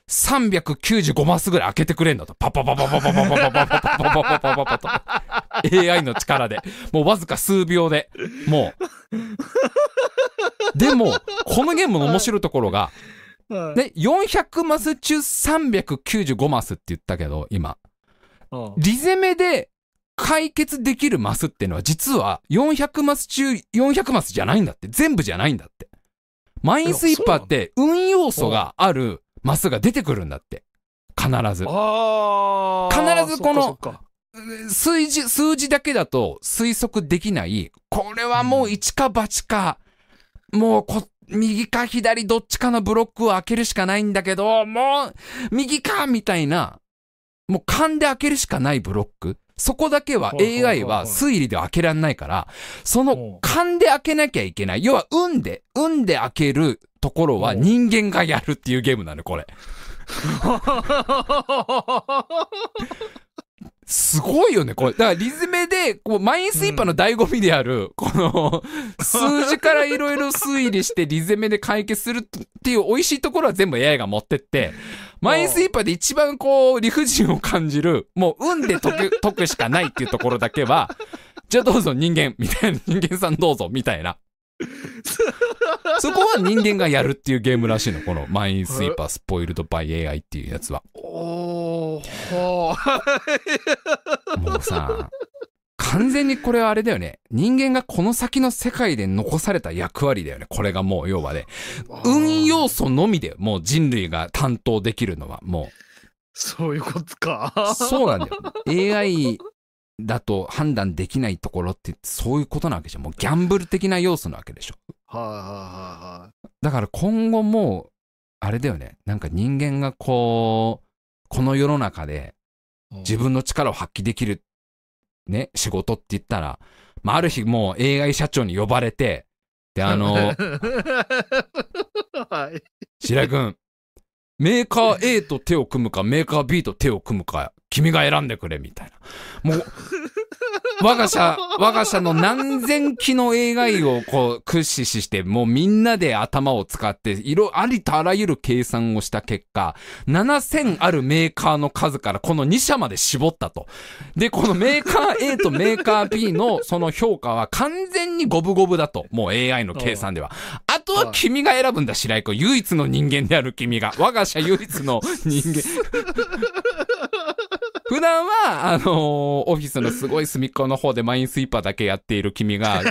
さんびゃくきゅうじゅうごマスぐらい開けてくれんだと。パパパパパパパパパパパパパパパパパと。エーアイ の力で。もうわずか数秒で。もう。でも、このゲームの面白いところが、ね、よんひゃくマス中さんびゃくきゅうじゅうごマスって言ったけど、今。リゼメで解決できるマスってのは実はよんひゃくマス中よんひゃくマスじゃないんだって。全部じゃないんだって。マインスイーパーって運要素があるマスが出てくるんだって。必ず。
あ
必ずこの数字、数字だけだと推測できない、これはもう一か八か、もうこ、右か左どっちかのブロックを開けるしかないんだけど、もう右かみたいな、もう勘で開けるしかないブロック。そこだけは エーアイ は推理で開けらんないから、その勘で開けなきゃいけない。要は運で、運で開けるところは人間がやるっていうゲームなの、これ。すごいよね、これ。だからリズメで、こうマインスイーパーの醍醐味である、この、数字からいろいろ推理してリズメで解決するっていう美味しいところは全部 エーアイ が持ってって、マインスイーパーで一番こう、理不尽を感じる、もう運で解く、解くしかないっていうところだけは、じゃあどうぞ人間、みたいな、人間さんどうぞ、みたいな。そこは人間がやるっていうゲームらしいの、このマインスイーパースポイルドバイ エーアイ っていうやつは。
おー、
もうさ、完全にこれはあれだよね。人間がこの先の世界で残された役割だよね。これがもう要はね、運要素のみでもう人類が担当できるのはもう。
そういうことか。
そうなんだよ。エーアイ だと判断できないところってそういうことなわけじゃん。もうギャンブル的な要素なわけでしょ。
はいはいはい。
だから今後もう、あれだよね。なんか人間がこう、この世の中で自分の力を発揮できるね、仕事って言ったら、まあ、ある日もう エーアイ 社長に呼ばれて、で、あの、はい、白井くん、メーカー A と手を組むか、メーカー B と手を組むか、君が選んでくれ、みたいな。もう、我が社、我が社の何千機の エーアイ をこう駆使して、もうみんなで頭を使って、いろ、ありとあらゆる計算をした結果、ななせんあるメーカーの数からこのに社まで絞ったと。で、このメーカー A とメーカー B のその評価は完全に五分五分だと。もう エーアイ の計算では。あとは君が選ぶんだ、白井君。唯一の人間である君が。我が社唯一の人間。普段は、あのー、オフィスのすごい隅っこの方でマインスイーパーだけやっている君が、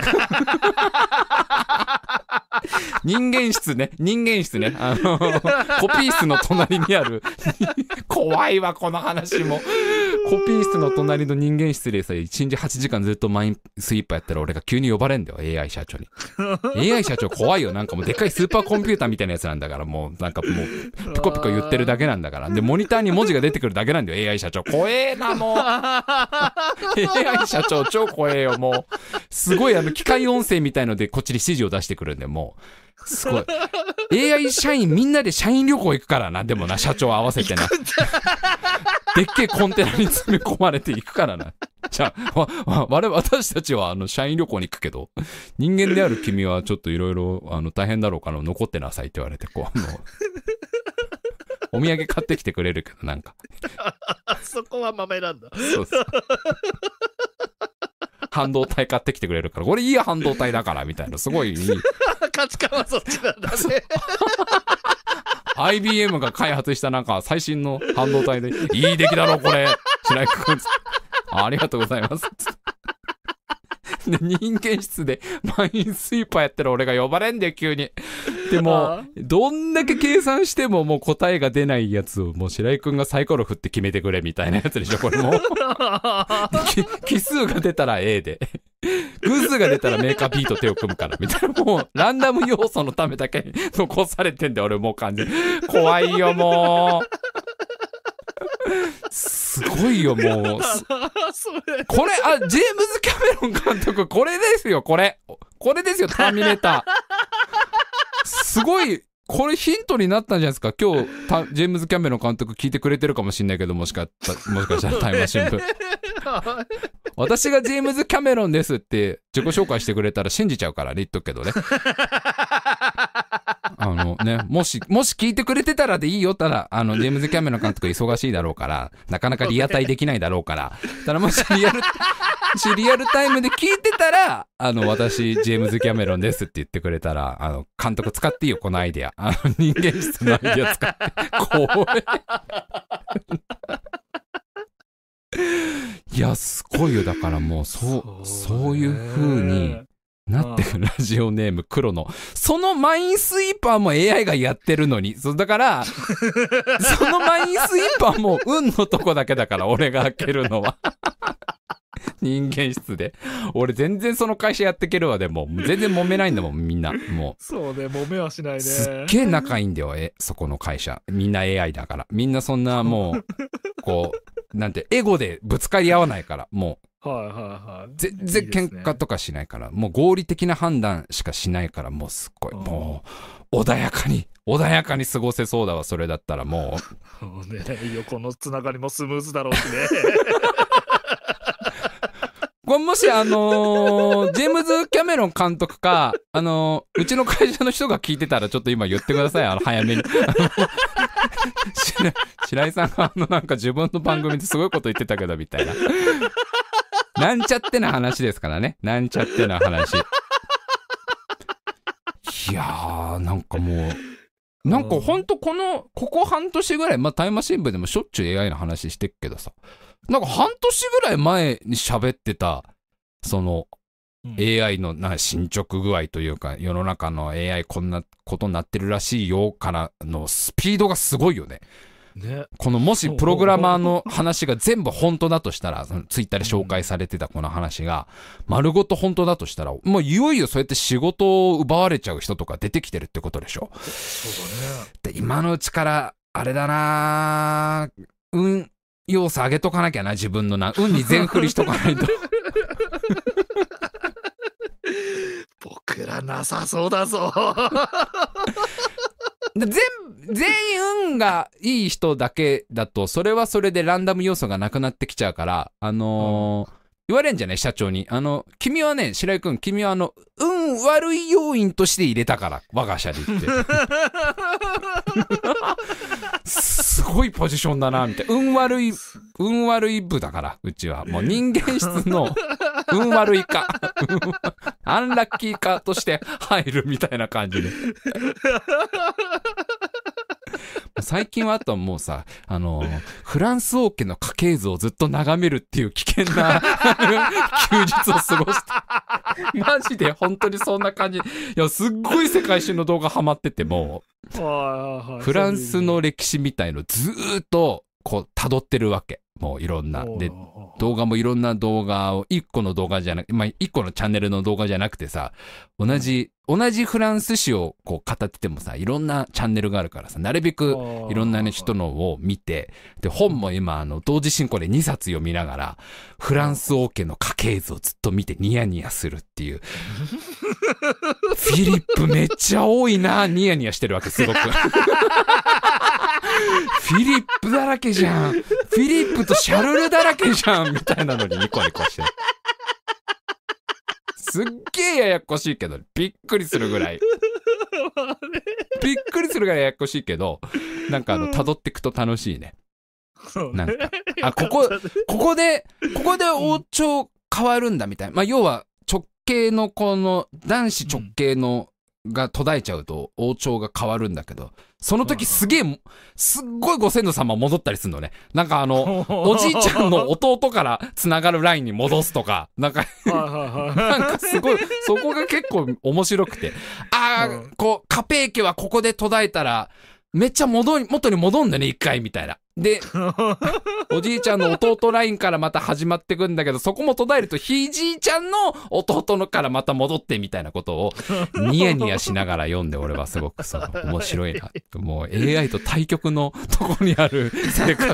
人間室ね、人間室ね、あのー、コピー室の隣にある、怖いわ、この話も。コピー室の隣の人間室でさ、いちにちはちじかんずっとマインスイーパーやったら俺が急に呼ばれんだよ、エーアイ 社長に。エーアイ 社長怖いよ、なんかもうでっかいスーパーコンピューターみたいなやつなんだから、もうなんかもう、ピコピコ言ってるだけなんだから。で、モニターに文字が出てくるだけなんだよ、エーアイ 社長。怖えな、もう。エーアイ 社長超怖えよ、もう。すごいあの、機械音声みたいのでこっちに指示を出してくるんで、もう。すごい。エーアイ 社員みんなで社員旅行行くからな、でもな、社長合わせてな。でっけえコンテナに詰め込まれていくからな。じゃあ、わ、わ、我々、私たちはあの、社員旅行に行くけど、人間である君はちょっといろいろ、あの、大変だろうから残ってなさいって言われて、こう、もう、お土産買ってきてくれるけど、なんか。
そこは豆なんだ。
そうそう。半導体買ってきてくれるから、これいい半導体だから、みたいな、すごいいい。
価値観はそっちなんだね。
アイビーエム が開発したなんか最新の半導体で、いい出来だろ、これ。白井くん。あ, ありがとうございます。で、人間室でマインスイーパーやってる俺が呼ばれんだよ、急に。でも、どんだけ計算してももう答えが出ないやつを、もう白井くんがサイコロ振って決めてくれみたいなやつでしょ、これも。奇数が出たら A で。偶数が出たらメーカー B と手を組むからみたいな、もうランダム要素のためだけに残されてんだよ、俺もう完全に。怖いよ、もう。すごいよ、もう。これ、あ、ジェームズ・キャメロン監督、これですよ、これ。これですよ、ターミネーター。すごい、これヒントになったんじゃないですか。今日、ジェームズ・キャメロン監督聞いてくれてるかもしんないけど、もしかした、もしかしたらタイムマシン部。私がジェームズ・キャメロンですって自己紹介してくれたら信じちゃうからね、言っとくけどね。 あのね、もし、もし聞いてくれてたらでいいよ。ただ、あの、ジェームズ・キャメロン監督忙しいだろうから、なかなかリアタイできないだろうから、ただもしリアル、しリアルタイムで聞いてたら、あの、私、ジェームズ・キャメロンですって言ってくれたら、あの、監督使っていいよ、このアイデア。あの、人間室のアイデア使って、怖い。いや、すごいよ。だからもう、そう、そういう風になってるラジオネーム、黒の。そのマインスイーパーも エーアイ がやってるのに。そうだから、そのマインスイーパーも運のとこだけだから、俺が開けるのは。人間室で。俺全然その会社やってけるわ。でも全然揉めないんだもん、みんな。もう
そうね、揉めはしないね。
すっげえ仲いいんだよ、えそこの会社。みんな エーアイ だから。みんなそんなもうこうなんてエゴでぶつかり合わないから、もう
はいはいはい、
全然喧嘩とかしないから、いい、ね、もう合理的な判断しかしないから、もうすっごいもう穏やかに穏やかに過ごせそうだわ。それだったらもう
もうね、横のつながりもスムーズだろうしね。
これもしあのー、ジェームズ・キャメロン監督か、あのー、うちの会社の人が聞いてたらちょっと今言ってください。あの早めに。白井さんがあのなんか自分の番組ですごいこと言ってたけどみたいな。なんちゃってな話ですからね。なんちゃってな話。いやーなんかもうなんかほんとこのここ半年ぐらい、まあタイムマシン部でもしょっちゅう エーアイ の話してっけどさ、なんか半年ぐらい前に喋ってたその、うん、エーアイ のな進捗具合というか、世の中の エーアイ こんなことになってるらしいよからのスピードがすごいよね。ね、このもしプログラマーの話が全部本当だとしたら、そのツイッターで紹介されてたこの話が丸ごと本当だとしたら、もういよいよそうやって仕事を奪われちゃう人とか出てきてるってことでしょ。そうだね。で今のうちからあれだな、運要素上げとかなきゃな、自分のな運に全振りしとかないと。
僕らなさそうだぞ。
全全員運がいい人だけだと、それはそれでランダム要素がなくなってきちゃうから、あのーうん、言われんじゃない社長に、あの君はね、白井君、君はあの運悪い要因として入れたから我が社で言ってすごいポジションだなみたいな。運悪い運悪い部だから、うちはもう人間室の運悪いかアンラッキーかとして入るみたいな感じで。最近はあとはもうさ、あのフランス王家の家系図をずっと眺めるっていう危険な休日を過ごしてマジで本当にそんな感じ。いやすっごい世界史の動画ハマってて、もうフランスの歴史みたいのずーっとこう辿ってるわけ。もういろんなで動画もいろんな動画を一個の動画じゃなく、まあ一個のチャンネルの動画じゃなくてさ、同じ同じフランス史をこう語っててもさ、いろんなチャンネルがあるからさ、なるべくいろんな、ね、人のを見て、で本も今あの同時進行でにさつ読みながらフランス王家の家系図をずっと見てニヤニヤするっていう。フィリップめっちゃ多いな、ニヤニヤしてるわけすごく。フィリップだらけじゃん。フィリップとシャルルだらけじゃんみたいなのにニコニコして。すっげえややこしいけど、びっくりするぐらい。びっくりするぐらいややこしいけど、なんかあの辿っていくと楽しいね。なんかあここここでここで王朝変わるんだみたいな。まあ要は直系のこの男子直系のが途絶えちゃうと王朝が変わるんだけど、その時すげえすっごいご先祖様戻ったりするのね。なんかあのおじいちゃんの弟からつながるラインに戻すとか、なんかなんかすごいそこが結構面白くて、ああこうカペー家はここで途絶えたらめっちゃ戻り元に戻んだね一回みたいな。でおじいちゃんの弟ラインからまた始まってくんだけど、そこも途絶えるとひじいちゃんの弟のからまた戻ってみたいなことをニヤニヤしながら読んで、俺はすごくその面白いな。もう エーアイ と対極のとこにある生活。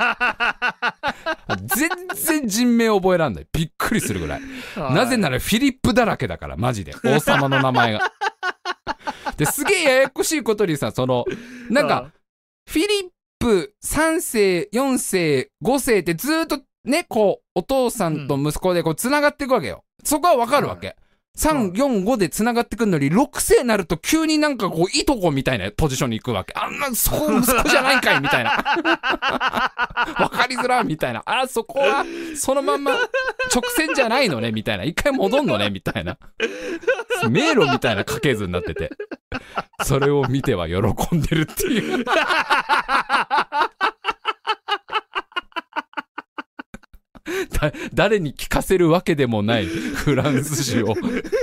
全然人名覚えらんない。びっくりするぐらい。なぜならフィリップだらけだから、マジで王様の名前が。ですげえややこしいことにさ、そのなんかフィリップさん世よん世ご世ってずーっとね、こうお父さんと息子でこう繋がっていくわけよ。そこはわかるわけ。 さん、よん、ごで繋がってくるのに、ろく世になると急になんかこう、いとこみたいなポジションに行くわけ。あんな、そこ息子じゃないかいみたいな。わかりづらみたいな。あ、そこは、そのまんま、直線じゃないのねみたいな。一回戻んのねみたいな。迷路みたいな家系図になってて。それを見ては喜んでるっていう。だ誰に聞かせるわけでもないフランス史をい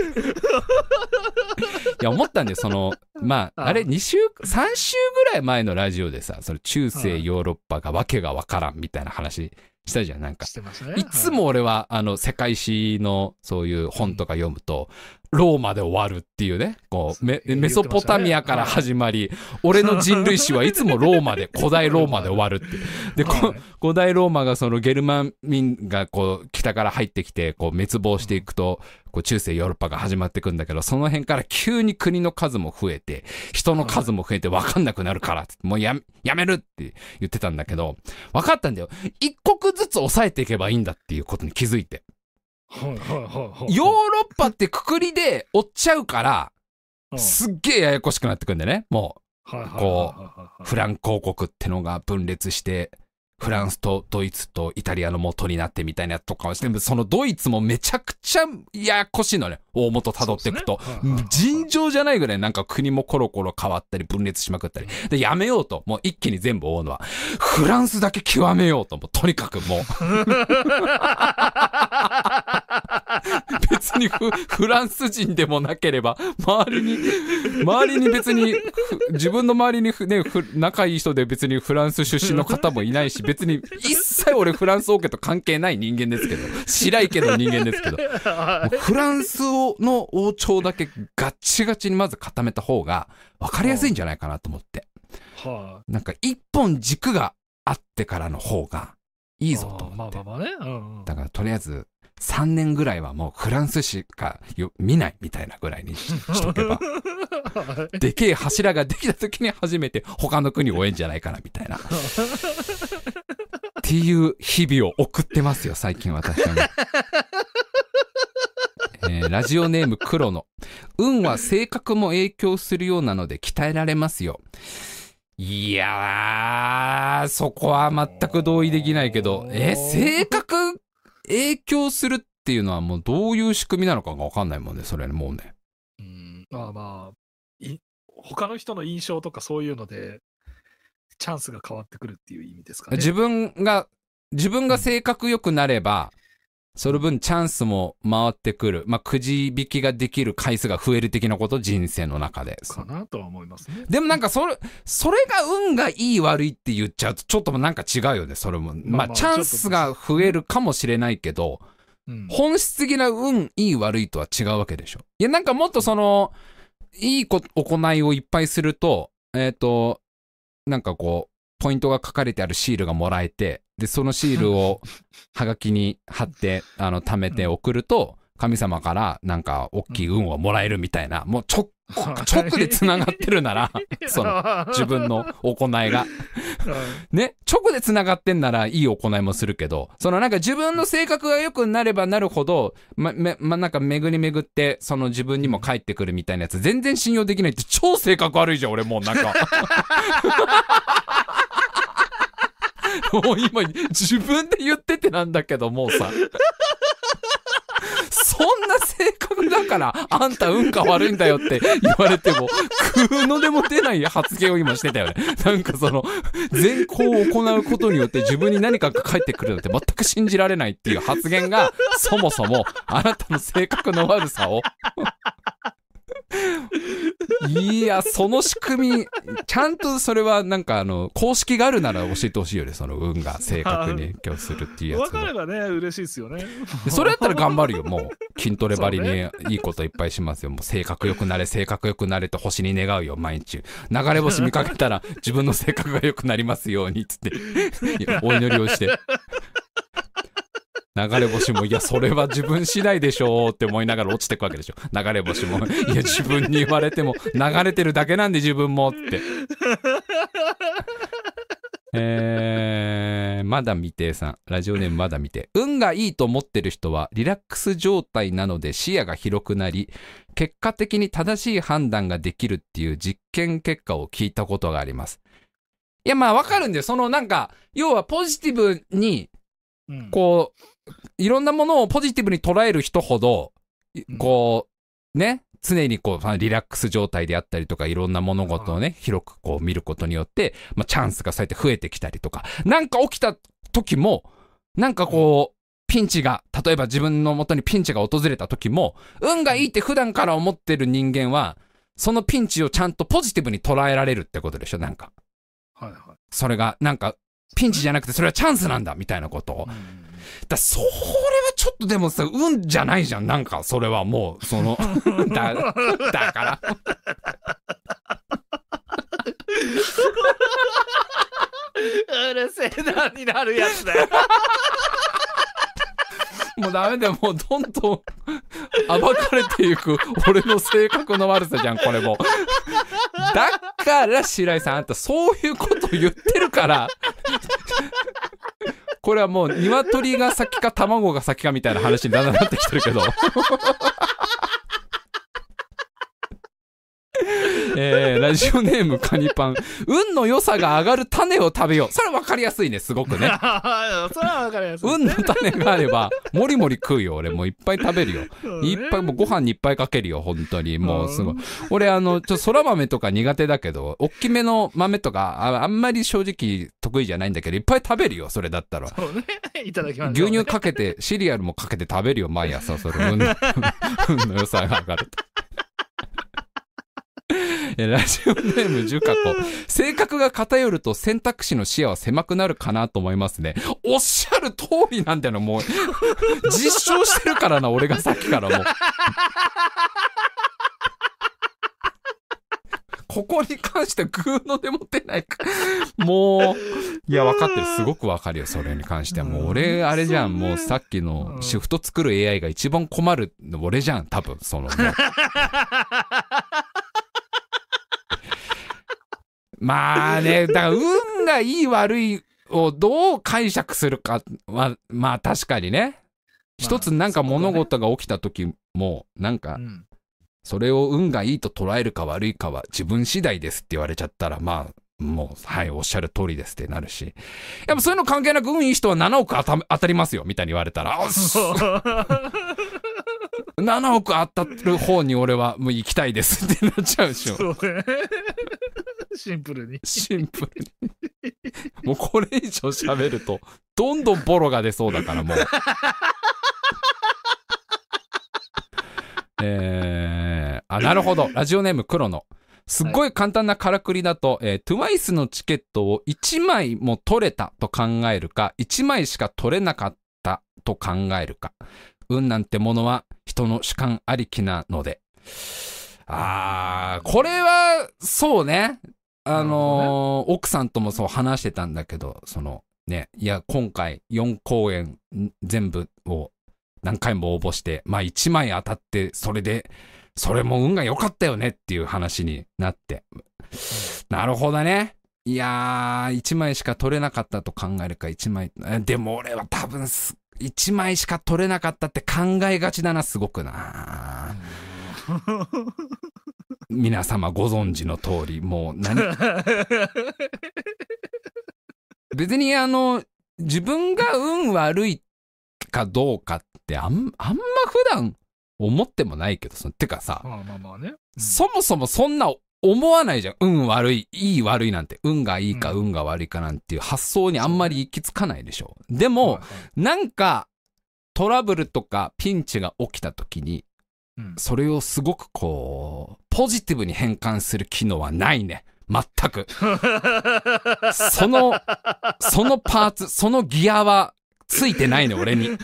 や思ったんで、そのまああれに週さん週ぐらい前のラジオでさ、その中世ヨーロッパがわけがわからんみたいな話したじゃん。なんか
してますね。
いつも俺はあの世界史のそういう本とか読むと、ローマで終わるっていうね、こう メ, メソポタミアから始まり、俺の人類史はいつもローマで、古代ローマで終わるってで、こ古代ローマがそのゲルマン民がこう北から入ってきてこう滅亡していくと、こう中世ヨーロッパが始まっていくんだけど、その辺から急に国の数も増えて人の数も増えて分かんなくなるからって、もう や, やめるって言ってたんだけど、分かったんだよ。一国ずつ抑えていけばいいんだっていうことに気づいて、ヨーロッパってくくりで追っちゃうからすっげえややこしくなってくんだよね。もうこうフランク王国ってのが分裂してフランスとドイツとイタリアの元になってみたいなやつとかはして、そのドイツもめちゃくちゃややこしいのね。大元辿っていくと、ね、尋常じゃないぐらいなんか国もコロコロ変わったり分裂しまくったりで、やめようと、もう一気に全部追うのはフランスだけ極めようと、もうとにかくもう別に フ, フランス人でもなければ周りに周りに別に自分の周りに、ね、仲いい人で別にフランス出身の方もいないし、別に一切俺フランス王家と関係ない人間ですけど、白いけど人間ですけど、フランスの王朝だけガッチガチにまず固めた方が分かりやすいんじゃないかなと思って、はあ、なんか一本軸があってからの方がいいぞと思って、まあまあまあね、うんうん、だからとりあえずさんねんぐらいはもうフランス史か見ないみたいなぐらいに し, しとけばでけえ柱ができた時に初めて他の国を追えんじゃないかなみたいなっていう日々を送ってますよ最近私はね。えー、ラジオネーム黒の、運は性格も影響するようなので鍛えられますよ。いやー、そこは全く同意できないけど、えー、性格影響するっていうのはもうどういう仕組みなのかが分かんないもんね、それもうね。
うん、まあまあい他の人の印象とかそういうのでチャンスが変わってくるっていう意味ですかね。
自分が自分が性格良くなれば、その分チャンスも回ってくる、まあ、くじ引きができる回数が増える的なこと、人生の中で
かなとは思いますね。
でもなんかそれそれが運がいい悪いって言っちゃうとちょっとなんか違うよね。それもまあ、まあ、チャンスが増えるかもしれないけど、うん、本質的な運いい悪いとは違うわけでしょ。いやなんかもっとそのいいこ行いをいっぱいすると、えっとなんかこうポイントが書かれてあるシールがもらえて、でそのシールをはがきに貼ってあの貯めて送ると神様からなんか大きい運をもらえるみたいな、もう直直でつながってるならその自分の行いがね直でつながってんならいい行いもするけど、そのなんか自分の性格が良くなればなるほどまめまなんか巡り巡ってその自分にも返ってくるみたいなやつ全然信用できないって超性格悪いじゃん俺。もうなんかもう今自分で言っててなんだけどもうさそんな性格だからあんた運が悪いんだよって言われても食うのでも出ない発言を今してたよね。なんかその善行を行うことによって自分に何かが返ってくるなんて全く信じられないっていう発言がそもそもあなたの性格の悪さをいやその仕組みちゃんとそれはなんかあの公式があるなら教えてほしいよね。その運が性格に影響するっていうやつ
分かればね嬉しいですよね。
それやったら頑張るよ。もう筋トレばりにいいこといっぱいしますよ。もう性格良くなれ性格良くなれって星に願うよ毎日。流れ星見かけたら自分の性格が良くなりますようにっつってお祈りをして流れ星もいやそれは自分次第でしょって思いながら落ちてくわけでしょ。流れ星もいや自分に言われても流れてるだけなんで自分もってえー、 まだ未定さん。ラジオネームまだ未定。運がいいと思ってる人はリラックス状態なので視野が広くなり、結果的に正しい判断ができるっていう実験結果を聞いたことがあります。いや、まあわかるんだよ。そのなんか、要はポジティブに、こう、いろんなものをポジティブに捉える人ほど、こう、ね、常にこう、リラックス状態であったりとか、いろんな物事をね、広くこう見ることによって、まあチャンスがそうやって増えてきたりとか、なんか起きた時も、なんかこう、ピンチが、例えば自分の元にピンチが訪れた時も、運がいいって普段から思ってる人間は、そのピンチをちゃんとポジティブに捉えられるってことでしょ、なんか。はいはい。それが、なんか、ピンチじゃなくてそれはチャンスなんだみたいなことを。だそれはちょっとでもさ、運じゃないじゃん。なんか、それはもう、その、だ、だから。
うるせえなになるやつだよ。
もうダメだよ。もうどんどん暴かれていく俺の性格の悪さじゃん、これも。だから白井さん、あんたそういうこと言ってるからこれはもう鶏が先か卵が先かみたいな話にだんだんなってきてるけどえー、ラジオネームカニパン。運の良さが上がる種を食べよう。それ分かりやすいね、すごくね。それは
分かりやすい、ね。
運の種があれば、もりもり食うよ。俺もういっぱい食べるよ。いっぱい、もうご飯にいっぱいかけるよ、本当に。もうすごい。俺、あの、ちょっと空豆とか苦手だけど、おっきめの豆とかあ、あんまり正直得意じゃないんだけど、いっぱい食べるよ、それだったら。そうね。
いただきます、
ね。牛乳かけて、シリアルもかけて食べるよ、毎朝。それ、運の、運の良さが上がると。ラジオネームジュカコ。性格が偏ると選択肢の視野は狭くなるかなと思いますね。おっしゃる通りなんだよな、もう。実証してるからな、俺がさっきからもう。ここに関してはグーのでも出ないか。もう、いや、分かってる。すごく分かるよ、それに関しては。もう俺、あれじゃん、もうさっきのシフト作る エーアイ が一番困るの俺じゃん、多分、その。まあね、だから運がいい悪いをどう解釈するかは、まあ確かにね。一つなんか物事が起きた時も、なんか、それを運がいいと捉えるか悪いかは自分次第ですって言われちゃったら、まあ、もう、はい、おっしゃる通りですってなるし。やっぱそういうの関係なく運いい人はななおく当た、当たりますよ、みたいに言われたら、ななおく当たる方に俺はもう行きたいですってなっちゃうでしょ。そうね。
シンプルに。
シンプルに。もうこれ以上喋ると、どんどんボロが出そうだからもう。えー、あ、なるほど。ラジオネーム黒の。すっごい簡単なからくりだと、はい、えー、トゥワイスのチケットをいちまいも取れたと考えるか、いちまいしか取れなかったと考えるか。運なんてものは人の主観ありきなので。あー、これは、そうね。あのーね、奥さんともそう話してたんだけど、そのね、いや、今回よん公演全部を何回も応募して、まあいちまい当たって、それで、それも運が良かったよねっていう話になって。なるほどね。いやー、いちまいしか取れなかったと考えるか、いちまい。でも俺は多分、いちまいしか取れなかったって考えがちだな、すごくな。皆様ご存知の通り、もう何別にあの自分が運悪いかどうかってあん、あんま普段思ってもないけど、そのてかさ、まあまあまあね、うん、そもそもそんな思わないじゃん。運悪い、いい悪いなんて、運がいいか運が悪いかなんていう発想にあんまり行き着かないでしょ。でも、はいはい、なんかトラブルとかピンチが起きた時にそれをすごくこうポジティブに変換する機能はないね、全く。そのそのパーツ、そのギアはついてないね、俺に。い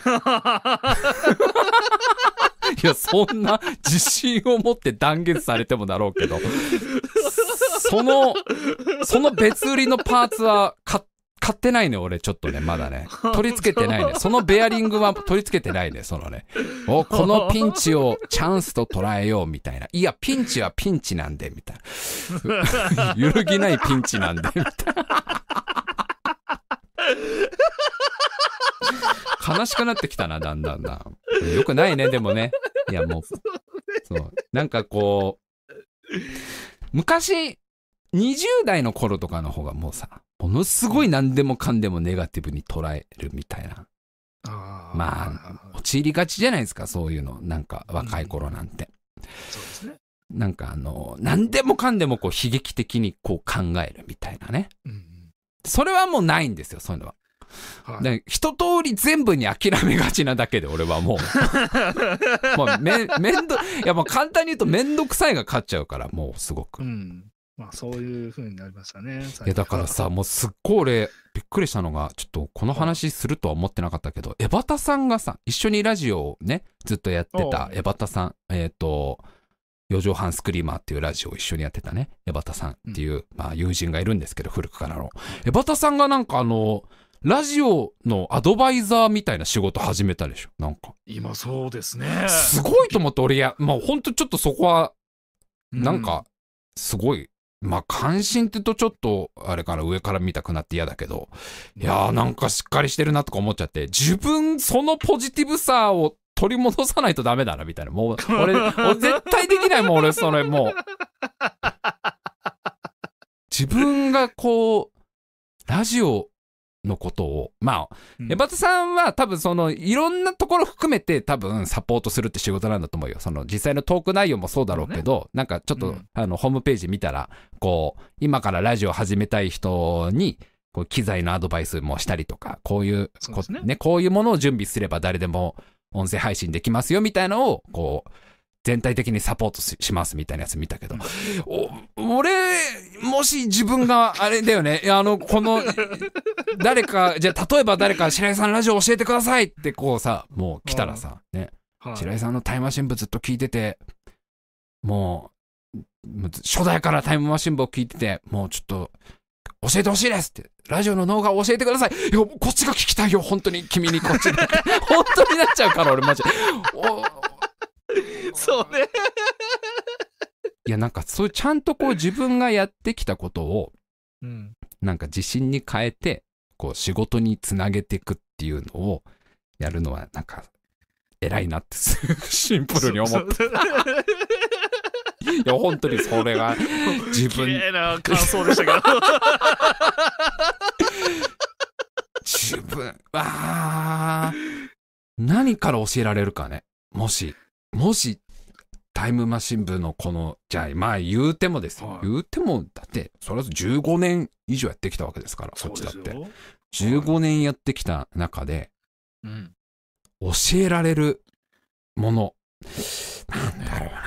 や、そんな自信を持って断言されてもだろうけど、そのその別売りのパーツは買って買ってないね、俺ちょっとね、まだね。取り付けてないね。そのベアリングは取り付けてないね、そのね。お、このピンチをチャンスと捉えようみたいな。いや、ピンチはピンチなんで、みたいな。揺るぎないピンチなんで、みたいな。 悲しくなってきたな、だんだんだん。よくないね、でもね。いや、もう、そう。なんかこう、昔、にじゅう代の頃とかの方がもうさ、ものすごい何でもかんでもネガティブに捉えるみたいな。
あ
まあ、陥りがちじゃないですか、そういうの。なんか、若い頃なんて。
うん、そうですね。
なんかあの、何でもかんでもこう悲劇的にこう考えるみたいなね。うん、それはもうないんですよ、そういうのは。はい、で一通り全部に諦めがちなだけで俺はもうもうめめんどいやもう簡単に言うとめんどくさいが勝っちゃうからもうすごく、うん、
まあそういう風になりましたね。
いやだからさもうすっごい俺びっくりしたのがちょっとこの話するとは思ってなかったけど、江端さんがさ一緒にラジオをねずっとやってた江端さん、えっと四畳半スクリーマーっていうラジオを一緒にやってたね江端さんっていう、うん、まあ友人がいるんですけど古くからの江端さんがなんかあのラジオのアドバイザーみたいな仕事始めたでしょなんか
今そうですね
すごいと思って俺やまあほんとちょっとそこはなんかすごい、うん、まあ関心って言うとちょっとあれから上から見たくなって嫌だけどいやーなんかしっかりしてるなとか思っちゃって自分そのポジティブさを取り戻さないとダメだなみたいなもう俺俺絶対できないもん俺それもう自分がこうラジオのことをまあ、うん、江端さんは多分そのいろんなところ含めて多分サポートするって仕事なんだと思うよ。その実際のトーク内容もそうだろうけど、ね、なんかちょっと、うん、あのホームページ見たらこう今からラジオ始めたい人にこう機材のアドバイスもしたりとかこういうこう、ねね、こういうものを準備すれば誰でも音声配信できますよみたいなのをこう全体的にサポート し, しますみたいなやつ見たけど、うん、お俺もし自分があれだよねあのこの誰かじゃあ例えば誰か白井さんラジオ教えてくださいってこうさもう来たらさ、うん、ね、はい、白井さんのタイムマシン部ずっと聞いててもう初代からタイムマシン部を聞いててもうちょっと教えてほしいですってラジオのノウハウを教えてください。いやこっちが聞きたいよ本当に君にこっちで本当になっちゃうから俺マジお
そうね
いやなんかそういうちゃんとこう自分がやってきたことを、うん、なんか自信に変えてこう仕事につなげていくっていうのをやるのはなんか偉いなってシンプルに思っていや本当にそれが自分
綺麗な感想でしたけど
自分あ何から教えられるかねもしもしタイムマシン部のこのじゃあまあ言うてもですよ、はい、言うてもだってそれはじゅうごねん以上やってきたわけですからそっちだってじゅうごねんやってきた中で、はい、教えられるものなんだろうな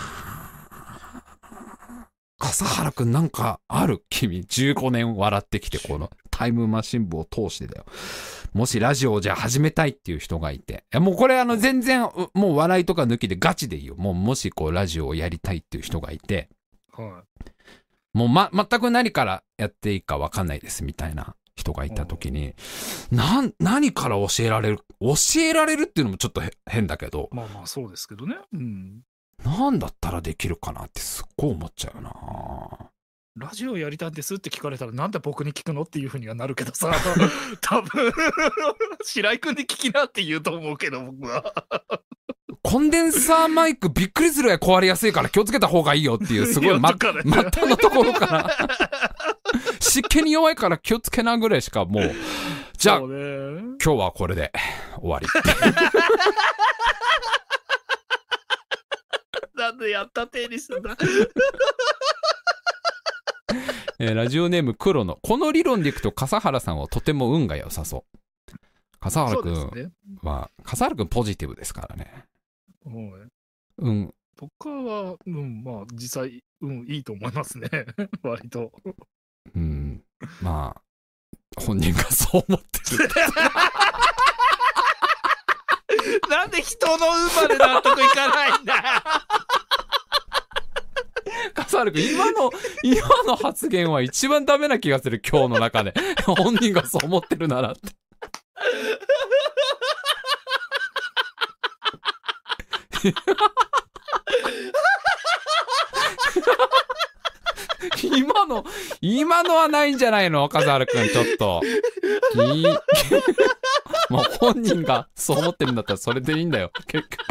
笠原くんなんかある君じゅうごねん笑ってきてこのタイムマシン部を通してだよもしラジオをじゃあ始めたいっていう人がいていやもうこれあの全然もう笑いとか抜きでガチでいいよもうもしこうラジオをやりたいっていう人がいて、はい、もうま全く何からやっていいか分かんないですみたいな人がいた時にな何から教えられる教えられるっていうのもちょっと変だけど
まあまあそうですけどねうん
なんだったらできるかなってすっごい思っちゃうな
ラジオやりたいんですって聞かれたらなんで僕に聞くのっていう風にはなるけどさ多分白井君に聞きなって言うと思うけど僕は
コンデンサーマイクびっくりするぐらい壊れやすいから気をつけた方がいいよっていうすごいま末端のところから湿気に弱いから気をつけなぐらいしかもうじゃあ、ね、今日はこれで終わり
なんでやった手にすんだ
えー、ラジオネーム黒のこの理論でいくと笠原さんはとても運が良さそう笠原くんは、ね、笠原くんポジティブですからねうん、
僕は、うん、まあ実際、うん、いいと思いますね割と
うんまあ本人がそう思ってる
なんで人の運まで納得いかないんだ
笠原君今の今の発言は一番ダメな気がする今日の中で本人がそう思ってるならって今の今のはないんじゃないの笠原君ちょっともう本人がそう思ってるんだったらそれでいいんだよ、結局。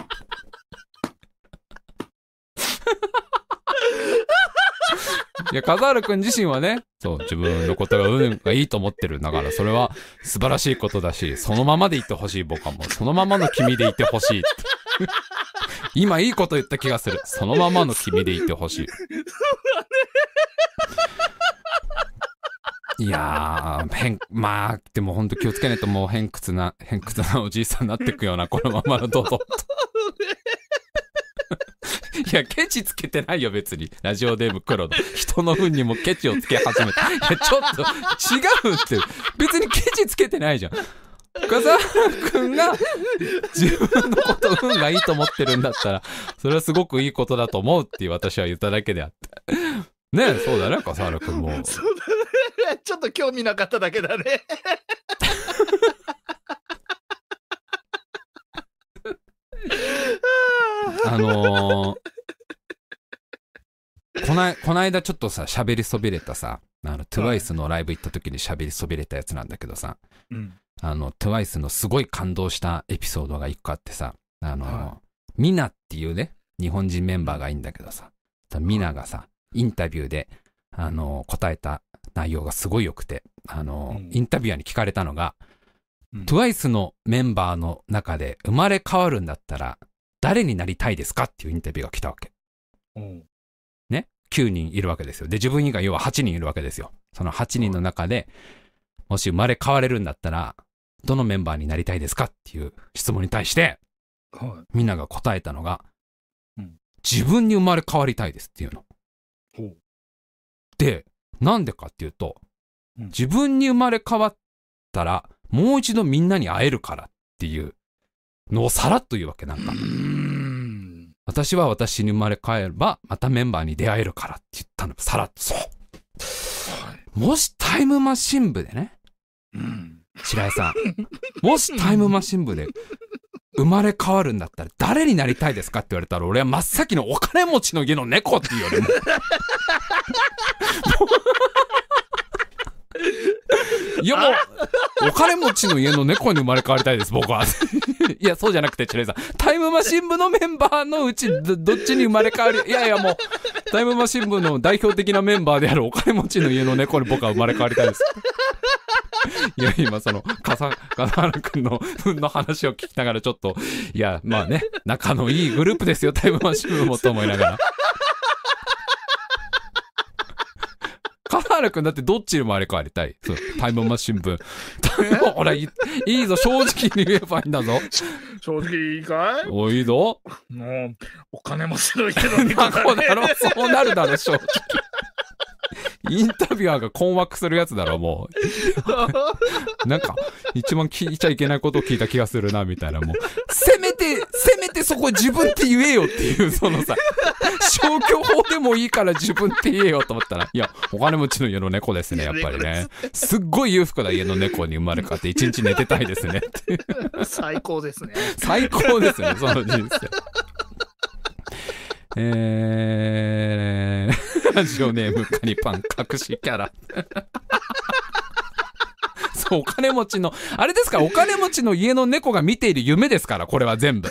いや、笠原くん自身はね、そう、自分のことが運がいいと思ってるんだから、それは素晴らしいことだし、そのままでいてほしい。僕はもうそのままの君でいてほしいって。今いいこと言った気がする。そのままの君でいてほしい。いやー、変、まあ、でもほんと気をつけないともう偏屈な、偏屈なおじいさんになってくような、このままの堂々と。いや、ケチつけてないよ、別に。ラジオネーム黒の。人の糞にもケチをつけ始めた。いや、ちょっと、違うって。別にケチつけてないじゃん。笠原くんが自分のこと運がいいと思ってるんだったら、それはすごくいいことだと思うって私は言っただけであって。ねえ、そうだね、笠原くんも。
そうだね。ちょっと興味なかっただけだね。
あのー、こない、こないだちょっとさ、喋りそびれたさ、あの、トゥワイスのライブ行った時に喋りそびれたやつなんだけどさ、うん、あの、トゥワイスのすごい感動したエピソードが一個あってさ、あのーはい、ミナっていうね、日本人メンバーがいいんだけどさ、ミナがさ、インタビューで、あのー、答えた内容がすごい良くて、あのーうん、インタビュアーに聞かれたのが、うん、トゥワイスのメンバーの中で生まれ変わるんだったら、誰になりたいですかっていうインタビューが来たわけ。うん、ね。きゅうにんいるわけですよ。で、自分以外要ははちにんいるわけですよ。そのはちにんの中で、もし生まれ変われるんだったら、どのメンバーになりたいですかっていう質問に対して、はい、みんなが答えたのが、うん、自分に生まれ変わりたいですっていうの。うん、で、なんでかっていうと、うん、自分に生まれ変わったら、もう一度みんなに会えるからっていうのをさらっと言うわけ。なんか、うーん、私は私に生まれ変えればまたメンバーに出会えるからって言ったの。さらっと。そう、はい、もしタイムマシン部でね、うん、白井さんもしタイムマシン部で生まれ変わるんだったら誰になりたいですかって言われたら、俺は真っ先のお金持ちの家の猫っていうよりもいやもうお金持ちの家の猫に生まれ変わりたいです僕はいやそうじゃなくてチュレイさん、タイムマシン部のメンバーのうち ど, どっちに生まれ変わり、いやいやもうタイムマシン部の代表的なメンバーであるお金持ちの家の猫に僕は生まれ変わりたいですいや今その笠原くんのの話を聞きながらちょっと、いやまあね仲のいいグループですよタイムマシン部もと思いながら笠原くんだってどっちに生まれ変わりたい？そうタイムマシン部ほらい い, いいぞ正直に言えばいいんだぞ。
正直いいかい？
おいいぞ。
もうお金持ちの家の猫だね
そうだろそうなるだろ正直インタビュアーが困惑するやつだろもうなんか一番聞いちゃいけないことを聞いた気がするなみたいな、もうせめてせめてそこ自分って言えよっていうそのさ消去法でもいいから自分って言えよと思ったら、いやお金持ちの家の猫ですねやっぱりね、すっごい裕福な家の猫に生まれ変わって一日寝てたいですねって
最高ですね
最高ですねその人生えー、ラジオネームカニパン隠しキャラそうお金持ちのあれですから、お金持ちの家の猫が見ている夢ですから、これは全部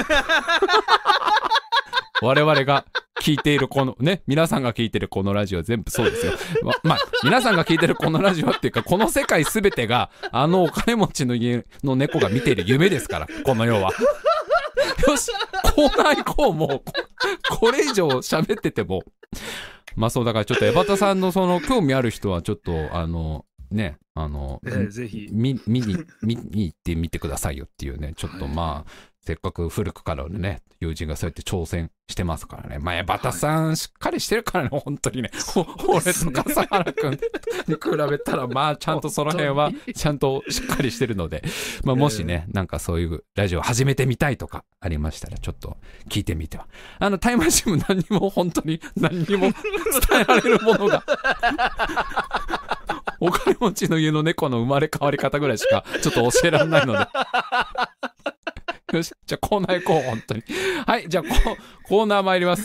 我々が聞いているこのね、皆さんが聞いてるこのラジオは全部そうですよ。ま、まあ、皆さんが聞いてるこのラジオっていうか、この世界すべてが、あのお金持ちの家の猫が見ている夢ですから、この世は。よし、コーナー行こう、もう。これ以上喋ってても。まあそう、だからちょっと江端さんのその興味ある人はちょっと、あの、ね、あの、
えー、ぜひ
見、見に、見に行ってみてくださいよっていうね、ちょっとまあ、せっかく古くからのね、友人がそうやって挑戦してますからね。まあ、江端さんしっかりしてるからね、本当にね。俺と笠原くんに比べたら、まあ、ちゃんとその辺は、ちゃんとしっかりしてるので、まあ、もしね、なんかそういうラジオ始めてみたいとかありましたら、ちょっと聞いてみては。あの、タイムマシンも何にも本当に何にも伝えられるものが、お金持ちの家の猫の生まれ変わり方ぐらいしかちょっと教えられないので。よし、じゃあコーナー行こう、本当に。はい、じゃあコ、コーナー参ります。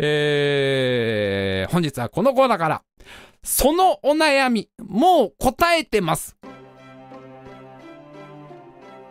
えー、本日はこのコーナーから、そのお悩み、もう答えてます。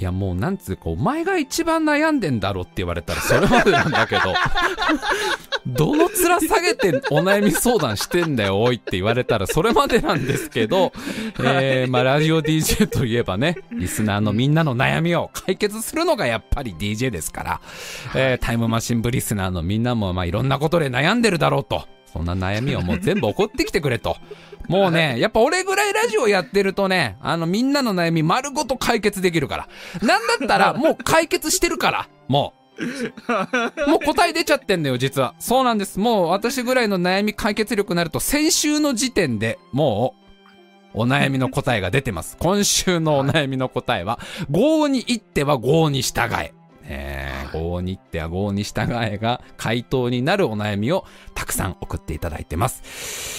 いやもうなんつうかお前が一番悩んでんだろって言われたらそれまでなんだけどどの面下げてお悩み相談してんだよおいって言われたらそれまでなんですけど、えー、まあラジオ ディージェー といえばねリスナーのみんなの悩みを解決するのがやっぱり ディージェー ですから、えー、タイムマシン部リスナーのみんなもまあいろんなことで悩んでるだろうと、そんな悩みをもう全部送ってきてくれと。もうね、やっぱ俺ぐらいラジオやってるとね、あのみんなの悩み丸ごと解決できるから。なんだったらもう解決してるから、もう。もう答え出ちゃってんだよ、実は。そうなんです。もう私ぐらいの悩み解決力になると、先週の時点でもう、お悩みの答えが出てます。今週のお悩みの答えは、郷に行っては郷に従え。えー、郷に行っては郷に従えが回答になるお悩みをたくさん送っていただいてます。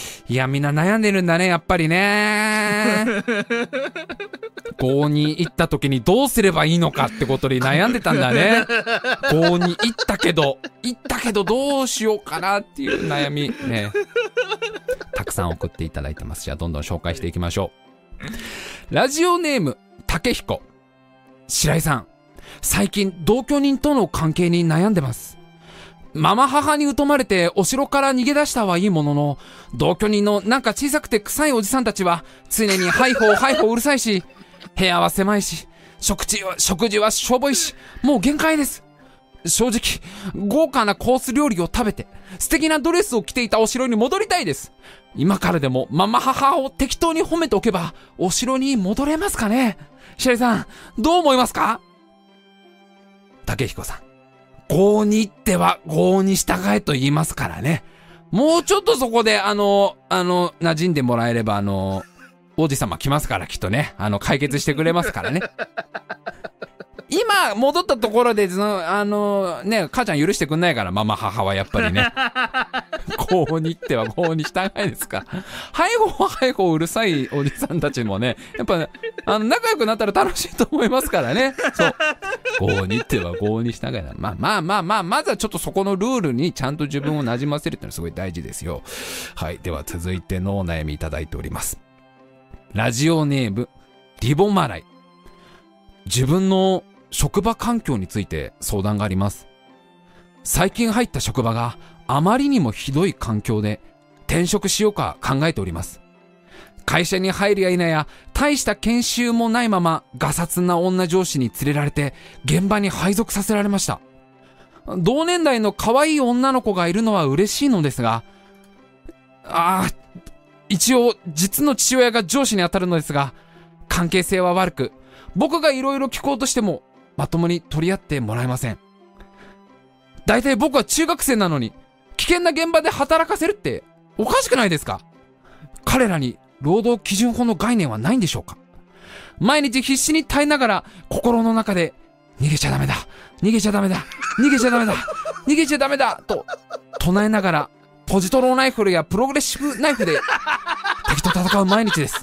いやみんな悩んでるんだねやっぱりね。郷に行った時にどうすればいいのかってことに悩んでたんだね。郷に行ったけど行ったけどどうしようかなっていう悩みねたくさん送っていただいてます。じゃあどんどん紹介していきましょう。ラジオネーム竹彦。白井さん、最近同居人との関係に悩んでます。ママ母に疎まれてお城から逃げ出したはいいものの、同居人のなんか小さくて臭いおじさんたちは常にハイホーハイホーうるさいし、部屋は狭いし、食事は食事はしょぼいし、もう限界です。正直豪華なコース料理を食べて素敵なドレスを着ていたお城に戻りたいです。今からでもママ母を適当に褒めておけばお城に戻れますかね。白井さんどう思いますか。竹彦さん、郷に行っては郷に従えと言いますからね。もうちょっとそこであのあの馴染んでもらえればあの王子様来ますからきっとね、あの解決してくれますからね。今戻ったところでそのあのね母ちゃん許してくんないから、ママ母はやっぱりね郷に行っては郷に従えですから。ハイホーハイホーうるさいおじさんたちもねやっぱ、ね、あの仲良くなったら楽しいと思いますからね。そう郷に行っては郷に従えだ。まあまあまあまあまずはちょっとそこのルールにちゃんと自分を馴染ませるっていうのはすごい大事ですよ。はい、では続いてのお悩みいただいております。ラジオネームリボマライ。自分の職場環境について相談があります。最近入った職場があまりにもひどい環境で転職しようか考えております。会社に入るや否や大した研修もないままガサツな女上司に連れられて現場に配属させられました。同年代の可愛い女の子がいるのは嬉しいのですが、ああ、一応実の父親が上司に当たるのですが、関係性は悪く、僕がいろいろ聞こうとしてもまともに取り合ってもらえません。だいたい僕は中学生なのに危険な現場で働かせるっておかしくないですか。彼らに労働基準法の概念はないんでしょうか。毎日必死に耐えながら心の中で逃げちゃダメだ逃げちゃダメだ逃げちゃダメだ逃げちゃダメだと唱えながらポジトロナイフルやプログレッシブナイフで敵と戦う毎日です。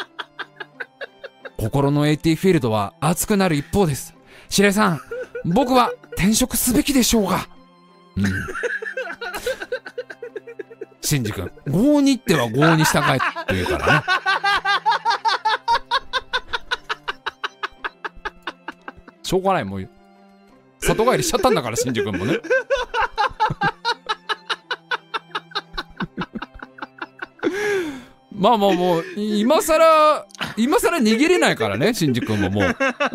心の エーティー フィールドは熱くなる一方です。白井さん、僕は転職すべきでしょうが。うん。シンジ君、郷に行っては郷に従えって言うからね。しょうがない、もう里帰りしちゃったんだから、シンジ君もね。まあまあもう今さら今さら逃げれないからね、シンジ君ももう。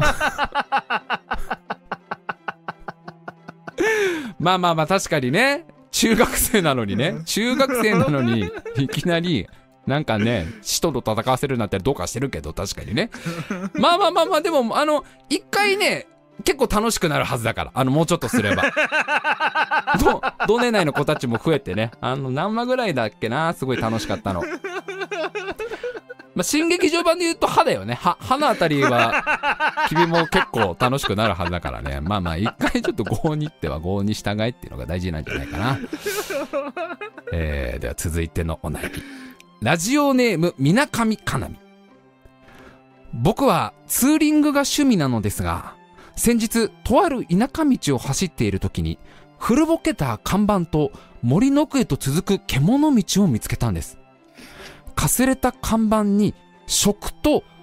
まあまあまあ確かにね、中学生なのにね、中学生なのにいきなりなんかね使徒と戦わせるなんてどうかしてるけど、確かにね。まあまあまあまあでもあの一回ね結構楽しくなるはずだから、あのもうちょっとすれば同年代の子たちも増えてね、あの何話ぐらいだっけな、すごい楽しかったの。まあ、新劇場版で言うと歯だよね。歯、歯のあたりは君も結構楽しくなるはずだからね。まあまあ一回ちょっと郷に行っては郷に従えっていうのが大事なんじゃないかな。えー、では続いてのお悩み。ラジオネームみなかみかなみ。僕はツーリングが趣味なのですが、先日とある田舎道を走っている時に古ぼけた看板と森の奥へと続く獣道を見つけたんです。かすれた看板に食と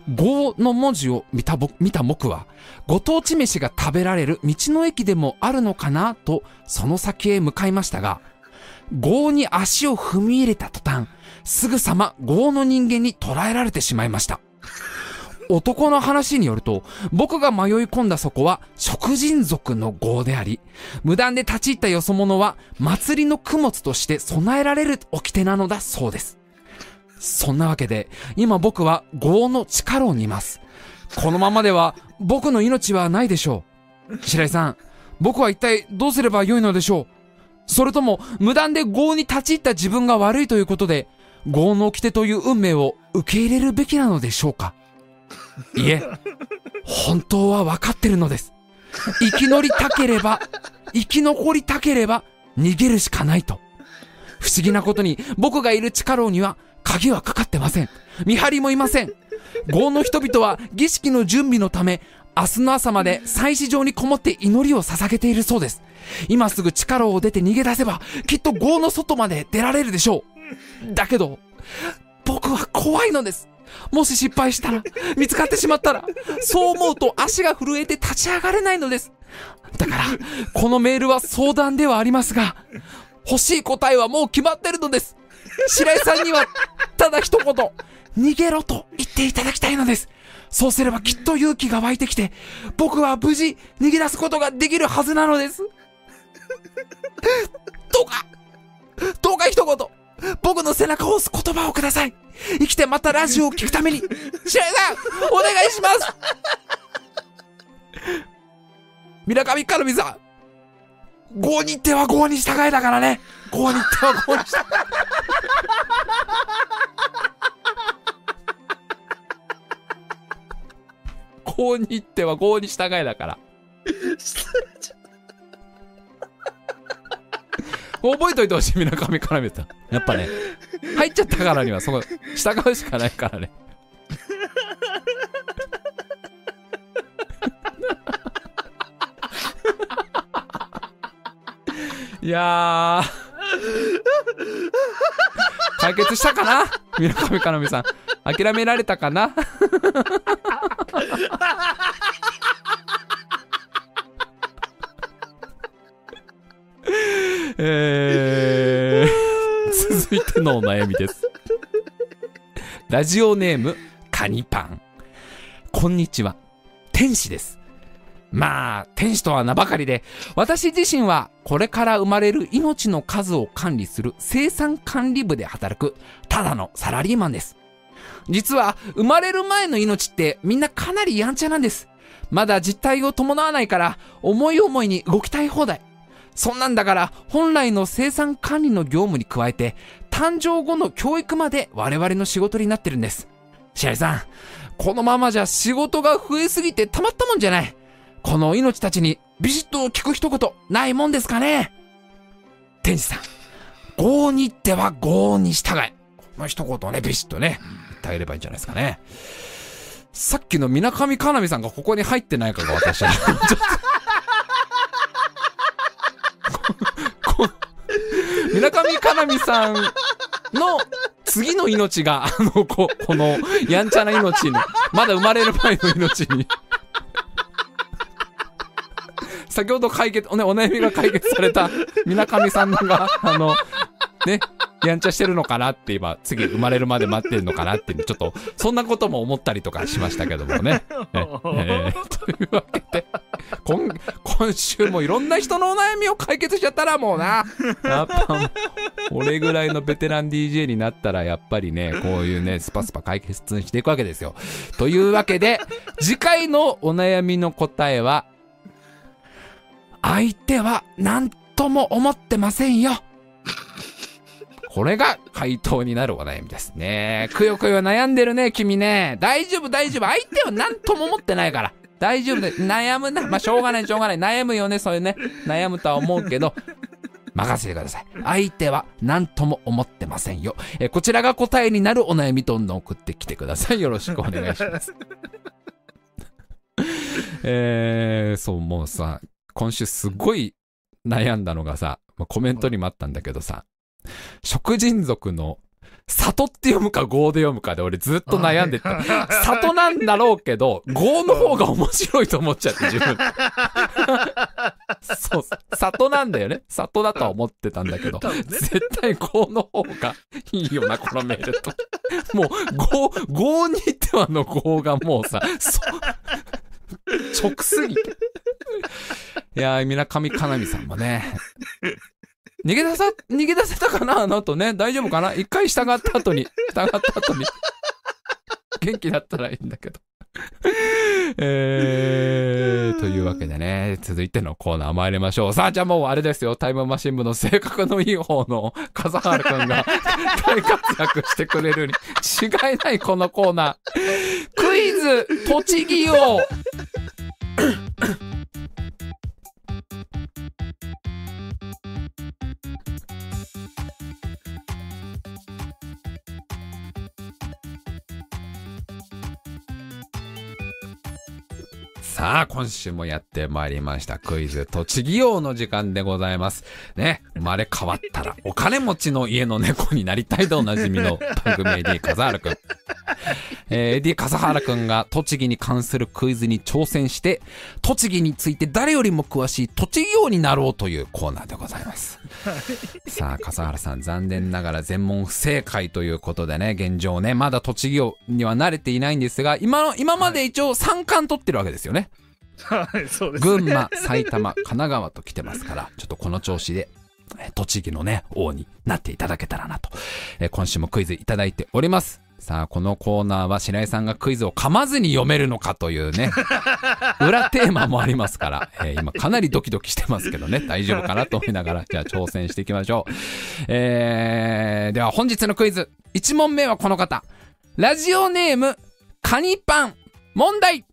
ごの文字を見たぼ見た僕は、ご当地飯が食べられる道の駅でもあるのかなと、その先へ向かいましたが、ごに足を踏み入れた途端、すぐさまごの人間に捕らえられてしまいました。男の話によると、僕が迷い込んだそこは食人族のごであり、無断で立ち入ったよそ者は祭りの供物として備えられる掟なのだそうです。そんなわけで、今僕はごの地下牢にいます。このままでは僕の命はないでしょう。白井さん、僕は一体どうすればよいのでしょう。それとも無断でごに立ち入った自分が悪いということで、ごの掟という運命を受け入れるべきなのでしょうか。いえ、本当は分かってるのです。生き乗りたければ、生き残りたければ逃げるしかないと。不思議なことに僕がいる地下牢には鍵はかかってません。見張りもいません。ごの人々は儀式の準備のため、明日の朝まで祭祀場にこもって祈りを捧げているそうです。今すぐ地下牢を出て逃げ出せば、きっとごの外まで出られるでしょう。だけど、僕は怖いのです。もし失敗したら、見つかってしまったら、そう思うと足が震えて立ち上がれないのです。だから、このメールは相談ではありますが、欲しい答えはもう決まってるのです。白井さんには、ただ一言、逃げろと言っていただきたいのです。そうすればきっと勇気が湧いてきて、僕は無事逃げ出すことができるはずなのです。どうか、どうか一言、僕の背中を押す言葉をください。生きてまたラジオを聞くために、白井さん、お願いします。水上かなみさん、ごにってはごに従えだからね。ごにってはごに従え。ごにってはごに従えだから。覚えといてほしい、水上かなみさん。やっぱね、入っちゃったからにはそこ従うしかないからね。いやー、解決したかな、水上かなみさん。諦められたかな。えー、続いてのお悩みです。ラジオネームカニパン。こんにちは、天使です。まあ天使とは名ばかりで、私自身はこれから生まれる命の数を管理する生産管理部で働くただのサラリーマンです。実は生まれる前の命ってみんなかなりやんちゃなんです。まだ実体を伴わないから思い思いに動きたい放題。そんなんだから本来の生産管理の業務に加えて誕生後の教育まで我々の仕事になってるんです。白井さん、このままじゃ仕事が増えすぎてたまったもんじゃない。この命たちにビシッと聞く一言ないもんですかね。天使さん、ごにってはごに従え。まあ、一言ね、ビシッとね言ってあげればいいんじゃないですかね。さっきの水上かなみさんがここに入ってないかが私はちょっと水上かなみさんの次の命があのここのやんちゃな命に、まだ生まれる前の命に先ほど解決お、ね、お悩みが解決された水上さんがあのねやんちゃしてるのかなって今次生まれるまで待ってるのかなっていう、ちょっとそんなことも思ったりとかしましたけどもね。ええー、というわけで今今週もいろんな人のお悩みを解決しちゃったらもうな、やっぱもう俺ぐらいのベテラン ディージェー になったらやっぱりねこういうねスパスパ解決していくわけですよ。というわけで次回のお悩みの答えは、相手は何とも思ってませんよ。これが回答になるお悩みですね。くよくよ悩んでるね君ね。大丈夫大丈夫、相手は何とも思ってないから大丈夫で、悩むな、まあしょうがないしょうがない、悩むよね、そういうね、悩むとは思うけど任せてください。相手は何とも思ってませんよ。えこちらが答えになるお悩みどんどん送ってきてください。よろしくお願いしますえー、そうもうさ、今週すごい悩んだのがさ、コメントにもあったんだけどさ、食人族の里って読むか郷で読むかで俺ずっと悩んでた。里なんだろうけど、郷の方が面白いと思っちゃって自分。そう、里なんだよね。里だとは思ってたんだけど、ね、絶対郷の方がいいよな、このメールと。もう、郷、郷にってはの郷がもうさ、そ直すぎて。いやー、水上かなみさんもね。逃げ出さ、逃げ出せたかなあの後ね。大丈夫かな一回従った後に、従った後に。元気だったらいいんだけど。えー、というわけでね、続いてのコーナー参りましょう。さあ、じゃあもうあれですよ。タイムマシン部の性格のいい方の笠原くんが大活躍してくれるに違いないこのコーナー。クイズ、栃木王。さあ、今週もやってまいりました。クイズ、栃木王の時間でございます。ね、生まれ変わったら、お金持ちの家の猫になりたいでおなじみの番組 エーディー 笠原くん。えー、エーディー 笠原くんが栃木に関するクイズに挑戦して、栃木について誰よりも詳しい栃木王になろうというコーナーでございます。さあ、笠原さん、残念ながら全問不正解ということでね、現状ね、まだ栃木王には慣れていないんですが、今の、今まで一応さん冠取ってるわけですよね。
はい、そうですね。
群馬、埼玉、神奈川と来てますから、ちょっとこの調子で、栃木のね、王になっていただけたらなと。えー、今週もクイズいただいております。さあ、このコーナーは白井さんがクイズを噛まずに読めるのかというね、裏テーマもありますから、えー、今かなりドキドキしてますけどね、大丈夫かなと思いながら、じゃあ挑戦していきましょう。えー、では本日のクイズ、いち問目はこの方。ラジオネーム、カニパン、問題。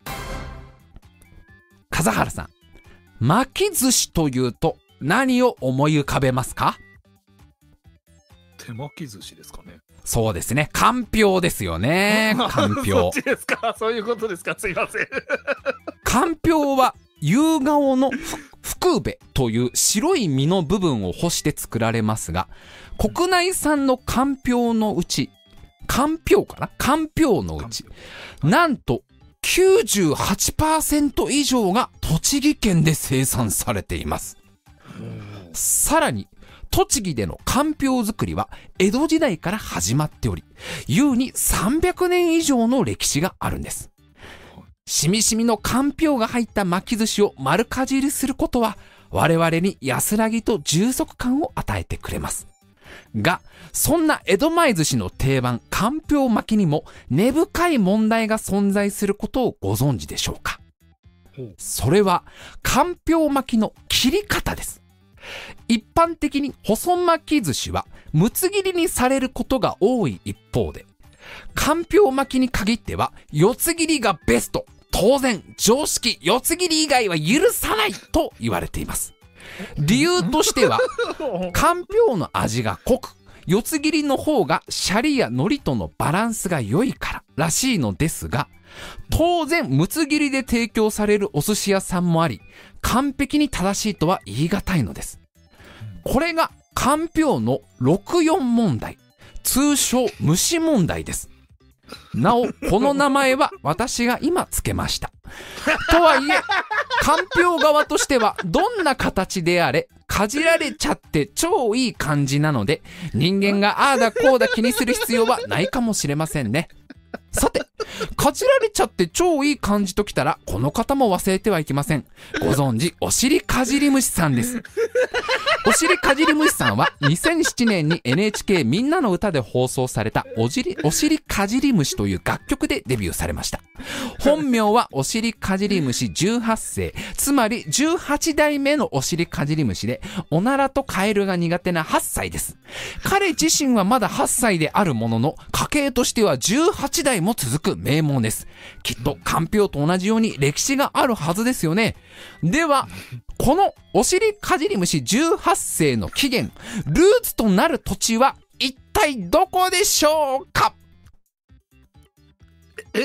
笠原さん、巻き寿司というと何を思い浮かべますか？
手巻き寿司ですかね。
そうですね。かんぴょうですよね。かんぴょう。
そっちですか。そういうことですか。すいません。
かんぴょうは夕顔の福部という白い実の部分を干して作られますが、国内産のかんぴょうのうち、かんぴょうかなかんぴょうのうち、なんときゅうじゅうはちパーセント 以上が栃木県で生産されています。さらに、栃木でのかんぴょう作りは江戸時代から始まっており、優にさんびゃくねん以上の歴史があるんです。しみしみのかんぴょうが入った巻き寿司を丸かじりすることは、我々に安らぎと充足感を与えてくれます。が、そんな江戸前寿司の定番、かんぴょう巻きにも根深い問題が存在することをご存知でしょうか？それは、かんぴょう巻きの切り方です。一般的に細巻き寿司は、むつ切りにされることが多い一方で、かんぴょう巻きに限っては、四つ切りがベスト。当然、常識、四つ切り以外は許さないと言われています。理由としては、かんぴょうの味が濃く、四つ切りの方がシャリや海苔とのバランスが良いかららしいのですが、当然むつ切りで提供されるお寿司屋さんもあり、完璧に正しいとは言い難いのです。これがかんぴょうのろくよん問題、通称虫問題です。なお、この名前は私が今つけました。とはいえ、かんぴょう側としてはどんな形であれ、かじられちゃって超いい感じなので、人間がああだこうだ気にする必要はないかもしれませんね。さて、かじられちゃって超いい感じときたら、この方も忘れてはいけません。ご存知、おしりかじり虫さんです。おしりかじり虫さんはにせんななねんに エヌエイチケー みんなの歌で放送されたおじり、おしりかじり虫という楽曲でデビューされました。本名はおしりかじり虫じゅうはっせい、つまりじゅうはちだいめのおしりかじり虫で、おならとカエルが苦手なはっさいです。彼自身はまだはっさいであるものの、家系としてはじゅうはちだいも続く名門です。きっとかんぴょうと同じように歴史があるはずですよね。では、このおしりかじり虫じゅうはっせいの起源、ルーツとなる土地は一体どこでしょうか？
え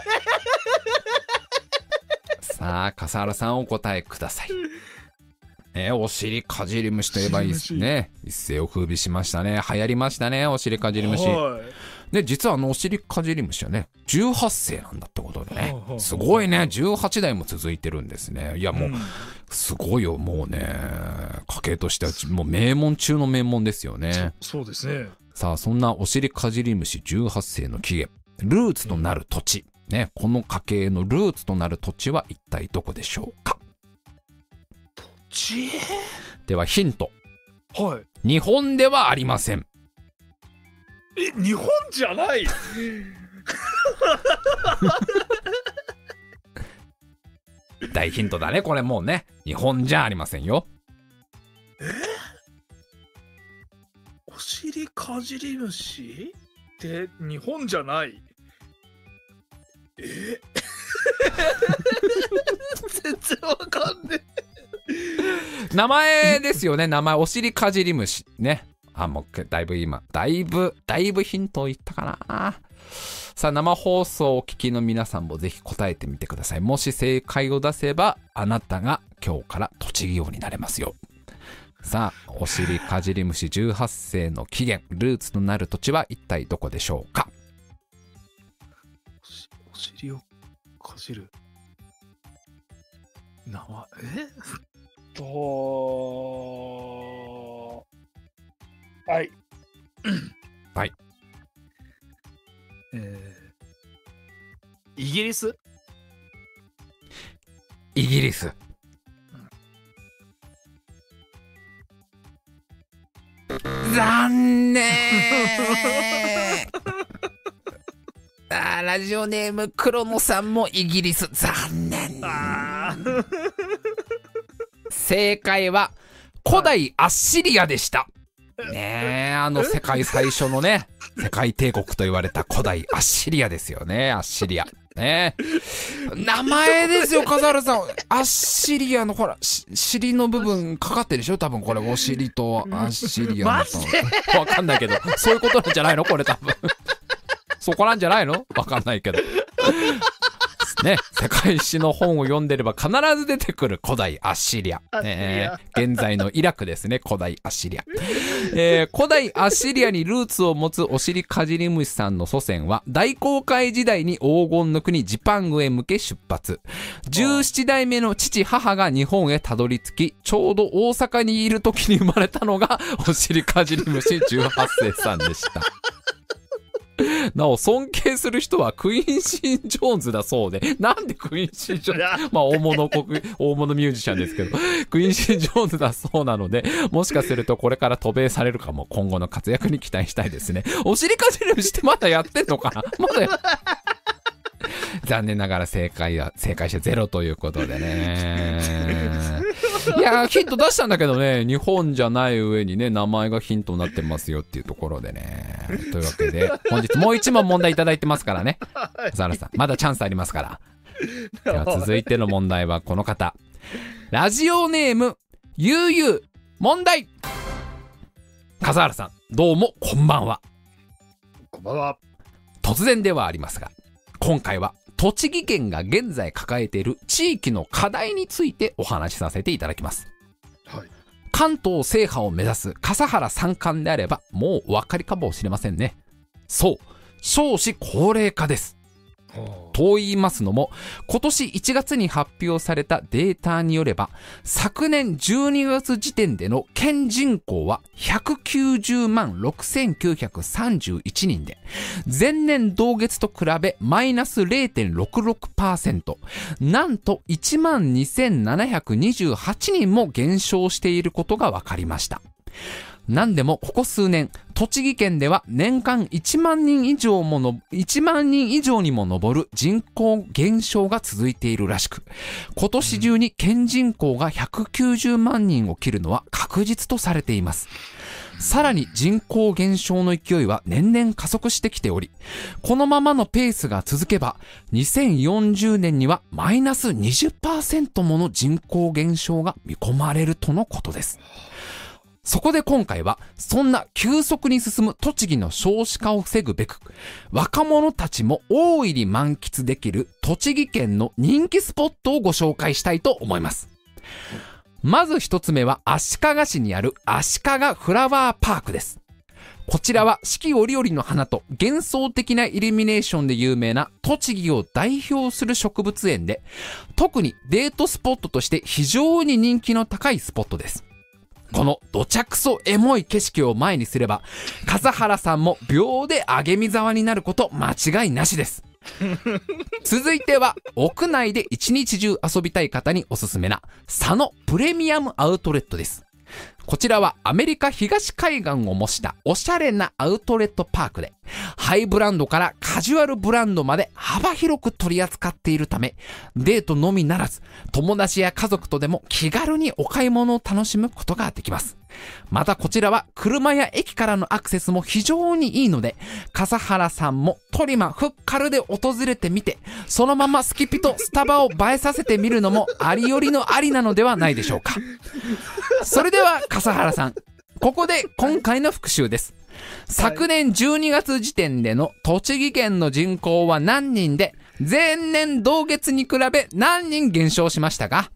さあ、笠原さんお答えください。 ね、お尻かじり虫といえばいいですね。一世を風靡しましたね。流行りましたね、お尻かじり虫。で、実はあのお尻かじり虫はね、じゅうはっせいなんだってことでね。すごいね、じゅうはちだいも続いてるんですね。いやもう、すごいよ、もうね、家系としてはもう名門中の名門ですよね。
そ, そうですね。
さあ、そんなお尻かじり虫じゅうはっせいの起源、ルーツとなる土地、ね、この家系のルーツとなる土地は一体どこでしょうか。ではヒント。
はい。
日本ではありません。
え、日本じゃない。
大ヒントだね、これもうね。日本じゃありませんよ。
え？お尻かじり虫って日本じゃない。え？全然わかんねえ。
名前ですよね、名前。お尻かじり虫ね。あ、もうだいぶ今だいぶだいぶヒントを言ったかな。さあ、生放送をお聞きの皆さんもぜひ答えてみてください。もし正解を出せばあなたが今日から栃木王になれますよ。さあ、お尻かじり虫じゅうはっせいの起源、ルーツとなる土地は一体どこでしょうか。
お尻をかじる名前、えとはい
はい、
えー、イギリス。
イギリス、うん、残念。あ、ラジオネーム黒野さんもイギリス、残念。あ正解は古代アッシリアでした。ねえ、あの世界最初のね、世界帝国と言われた古代アッシリアですよね、アッシリア。ねえ。名前ですよ、笠原さん。アッシリアのほら、尻の部分かかってるでしょ多分これ、お尻とアッシリアのと。わかんないけど、そういうことなんじゃないのこれ多分。そこなんじゃないのわかんないけど。ね、世界史の本を読んでれば必ず出てくる古代アッシリア、えー、現在のイラクですね、古代アッシリア、えー、古代アッシリアにルーツを持つお尻かじり虫さんの祖先は大航海時代に黄金の国ジパングへ向け出発。じゅうななだいめの父母が日本へたどり着き、ちょうど大阪にいる時に生まれたのがお尻かじり虫じゅうはっせいさんでした。なお、尊敬する人はクイーンシー・ジョーンズだそうで、なんでクイーンシー・ジョーンズ、まあ大物国、大物ミュージシャンですけど、クイーンシー・ジョーンズだそうなので、もしかするとこれから渡米されるかも、今後の活躍に期待したいですね。お尻かじり虫ってまだやってんのかな。まだや残念ながら正解は、正解者ゼロということでね。いや、ヒント出したんだけどね、日本じゃない上にね、名前がヒントになってますよっていうところでね。というわけで、本日もう一問問題いただいてますからね。笠原さん、まだチャンスありますから。では続いての問題はこの方。ラジオネーム、ゆうゆう、問題。笠原さん、どうもこんばんは。
こんばんは。
突然ではありますが、今回は栃木県が現在抱えている地域の課題についてお話しさせていただきます。
はい、
関東制覇を目指す笠原三冠であればもうお分かりかもしれませんね。そう、少子高齢化です。と言いますのも、今年いちがつに発表されたデータによれば、昨年じゅうにがつ時点での県人口はひゃくきゅうじゅうまんろくせんきゅうひゃくさんじゅういちにんで、前年同月と比べマイナス れいてんろくろくパーセント、なんといちまんにせんななひゃくにじゅうはちにんも減少していることが分かりました。なんでもここ数年、栃木県では年間いちまんにん以上もの、いちまんにん以上にも上る人口減少が続いているらしく、今年中に県人口がひゃくきゅうじゅうまんにんを切るのは確実とされています。さらに人口減少の勢いは年々加速してきており、このままのペースが続けば、にせんよんじゅうねんにはマイナス にじゅっパーセント もの人口減少が見込まれるとのことです。そこで今回は、そんな急速に進む栃木の少子化を防ぐべく、若者たちも大いに満喫できる栃木県の人気スポットをご紹介したいと思います。 まず一つ目は足利市にある足利フラワーパークです。こちらは四季折々の花と幻想的なイルミネーションで有名な栃木を代表する植物園で、特にデートスポットとして非常に人気の高いスポットです。このどちゃくそエモい景色を前にすれば、笠原さんも秒で上見沢になること間違いなしです。続いては屋内で一日中遊びたい方におすすめな佐野プレミアムアウトレットです。こちらはアメリカ東海岸を模したおしゃれなアウトレットパークで、ハイブランドからカジュアルブランドまで幅広く取り扱っているため、デートのみならず友達や家族とでも気軽にお買い物を楽しむことができます。またこちらは車や駅からのアクセスも非常にいいので、笠原さんもトリマフッカルで訪れてみて、そのままスキピとスタバを映えさせてみるのもありよりのありなのではないでしょうか。それでは笠原さん、ここで今回の復習です。昨年じゅうにがつ時点での栃木県の人口は何人で、前年同月に比べ何人減少しましたか？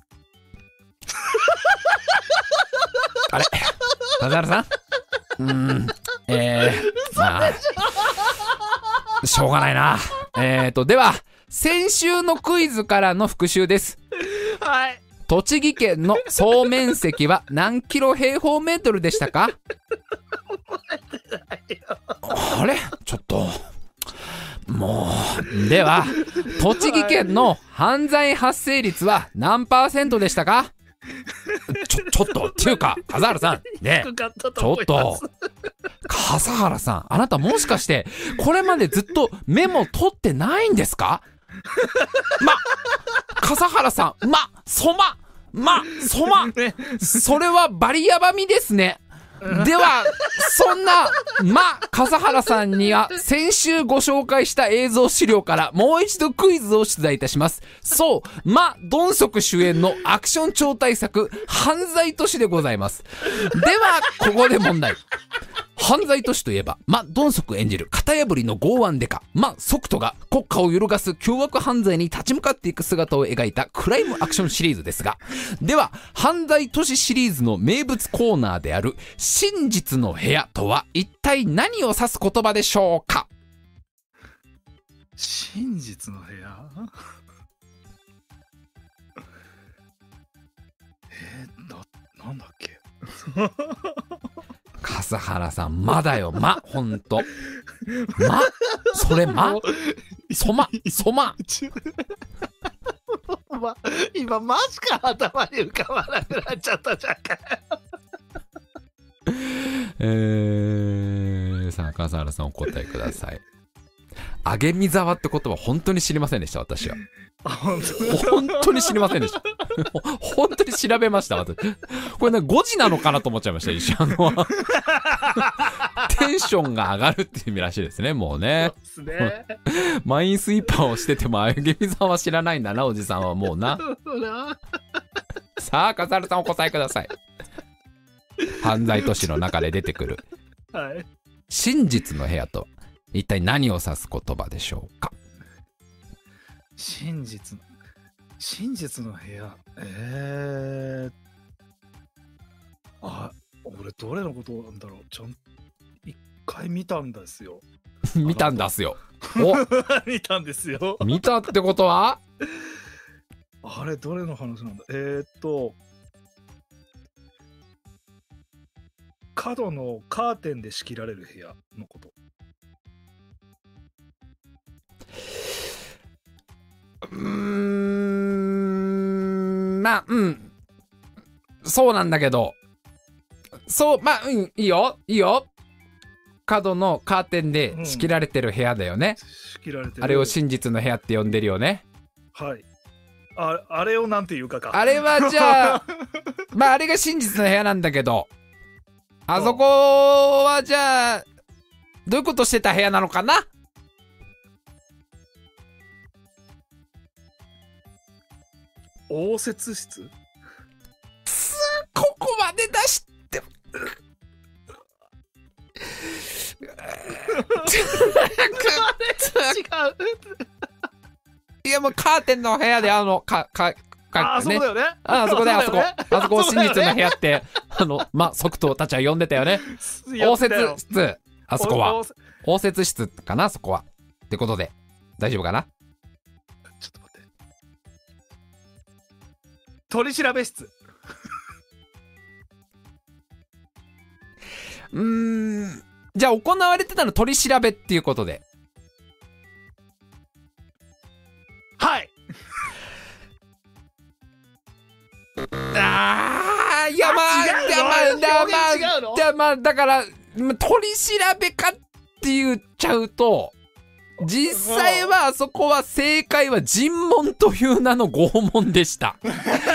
あれ笠原さん、うーん、えー、まあしょうがないな。えーとでは先週のクイズからの復習です。
はい。
栃木県の総面積は何キロ平方メートルでしたか？あれちょっともう。では栃木県の犯罪発生率は何パーセントでしたか？ちょ、ちょっとっていうか笠原さんね、ちょっと笠原さん、あなたもしかしてこれまでずっとメモ取ってないんですか？ま、笠原さん、ま、そま、ま、そま、それはバリヤバミですね。ではそんなま笠原さんには先週ご紹介した映像資料からもう一度クイズを出題いたします。そうまドンソク主演のアクション超大作犯罪都市でございます。ではここで問題。犯罪都市といえばマ・ドンソク演じる型破りの剛腕デカマ・ソクトが国家を揺るがす凶悪犯罪に立ち向かっていく姿を描いたクライムアクションシリーズですが、では犯罪都市シリーズの名物コーナーである真実の部屋とは一体何を指す言葉でしょうか？
真実の部屋えー、な、なんだっけ
笠原さん、まだよ、ま、ほんと。ま、それま、そま、そま。
ま、今、マジか頭に浮かばなくなっちゃったじゃんか。
えー、さあ、笠原さんお答えください。あげみざわって言葉本当に知りませんでした、私は。
本
当に知りませんでした。本当に調べました、私。これね、ごじなのかなと思っちゃいました、一瞬。あのテンションが上がるっていう意味らしいですね、もうね。
そうですね。
マインスイーパーをしてても、あげみざわ知らないんだな、おじさんはもうな。さあ、笠原さんお答えください。犯罪都市の中で出てくる。
はい。
真実の部屋と一体何を指す言葉でしょうか？
真実の真実の部屋、えー、あ、俺どれのことなんだろう。ちゃん一回見たんですよ。
見たんだすよ。お
見たんですよ。
見たってことは
あれどれの話なんだ。えー、っと角のカーテンで仕切られる部屋のこと。
うーん、まあ、うん。そうなんだけど。そう、まあ、うん、いいよ、いいよ。角のカーテンで仕切られてる部屋だよね。
うん、仕切られてる。
あれを真実の部屋って呼んでるよね。
はい。あ、あれをなんていうかか。
あれはじゃあ、まあ、あれが真実の部屋なんだけど、あそこはじゃあ、どういうことしてた部屋なのかな？
応接室？
ここまで出して
違う。
いやもうカーテンの部屋であのかか
ああ、そうだよね。
あそこで、あそこ。あそこを真実の部屋
っ
って、あの、まあ、即答たちは呼んでたよね。応接室。あそこは。応接室かな、そこは。ってことで、大丈夫かな？
ちょっと待って。取り調べ室。
うーん。じゃあ、行われてたの取り調べっていうことで。
はい。
ああ、いやまあ、いやまあ、いやまあ、だから、取り調べかって言っちゃうと、実際はあそこは正解は尋問という名の拷問でした。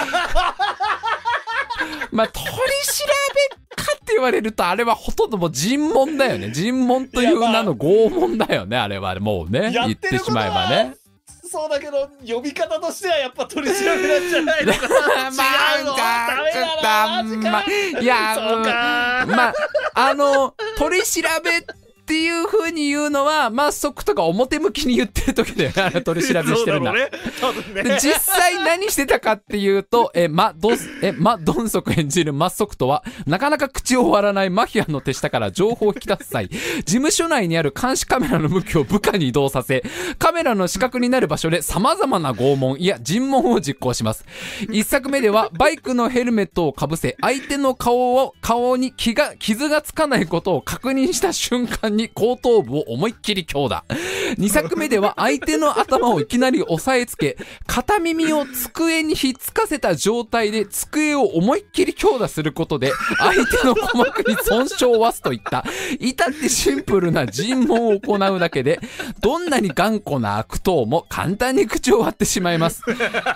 まあ、取り調べかって言われると、あれはほとんどもう尋問だよね。尋問という名の拷問だよね、あれはもうね。言ってしまえばね。
そうだけど呼び方としてはやっぱ取り調べなんじゃないのかな。
まあ、
違うの？
ダメだな。まあ、いや、
そうか。
まあ、あの、取り調べっていう風に言うのは、まあ、即とか表向きに言ってる時だよね、あれ取り調べしてるんだ。
そうだろうね、多分ね。
実際何してたかっていうと、え、ま、ど、え、ま、どんそく演じるま即とは、なかなか口を割らないマフィアの手下から情報を引き出す際、事務所内にある監視カメラの向きを部下に移動させ、カメラの死角になる場所で様々な拷問、いや、尋問を実行します。一作目では、バイクのヘルメットをかぶせ、相手の顔を、顔に気が、傷がつかないことを確認した瞬間に後頭部を思いっきり強打。二作目では相手の頭をいきなり押さえつけ、片耳を机にひっつかせた状態で机を思いっきり強打することで、相手の鼓膜に損傷を負わすといった、至ってシンプルな尋問を行うだけで、どんなに頑固な悪党も簡単に口を割ってしまいます。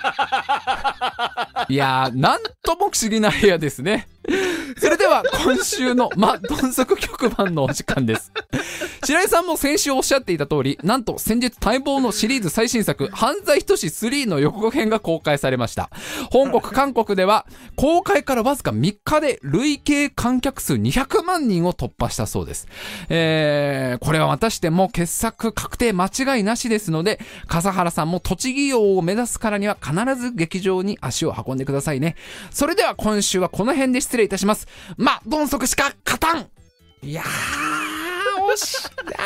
いやー、なんとも不思議な部屋ですね。それでは今週のま、どんそく局番のお時間です。白井さんも先週おっしゃっていた通り、なんと先日待望のシリーズ最新作、犯罪都市スリーの予告編が公開されました。本国韓国では公開からわずかみっかで累計観客数にひゃくまんにんを突破したそうです。えー、これはまたしても傑作確定間違いなしですので、笠原さんも栃木王を目指すからには必ず劇場に足を運んでくださいね。それでは今週はこの辺で失礼いたします。ま、どんそくしか勝たん。いやー、惜し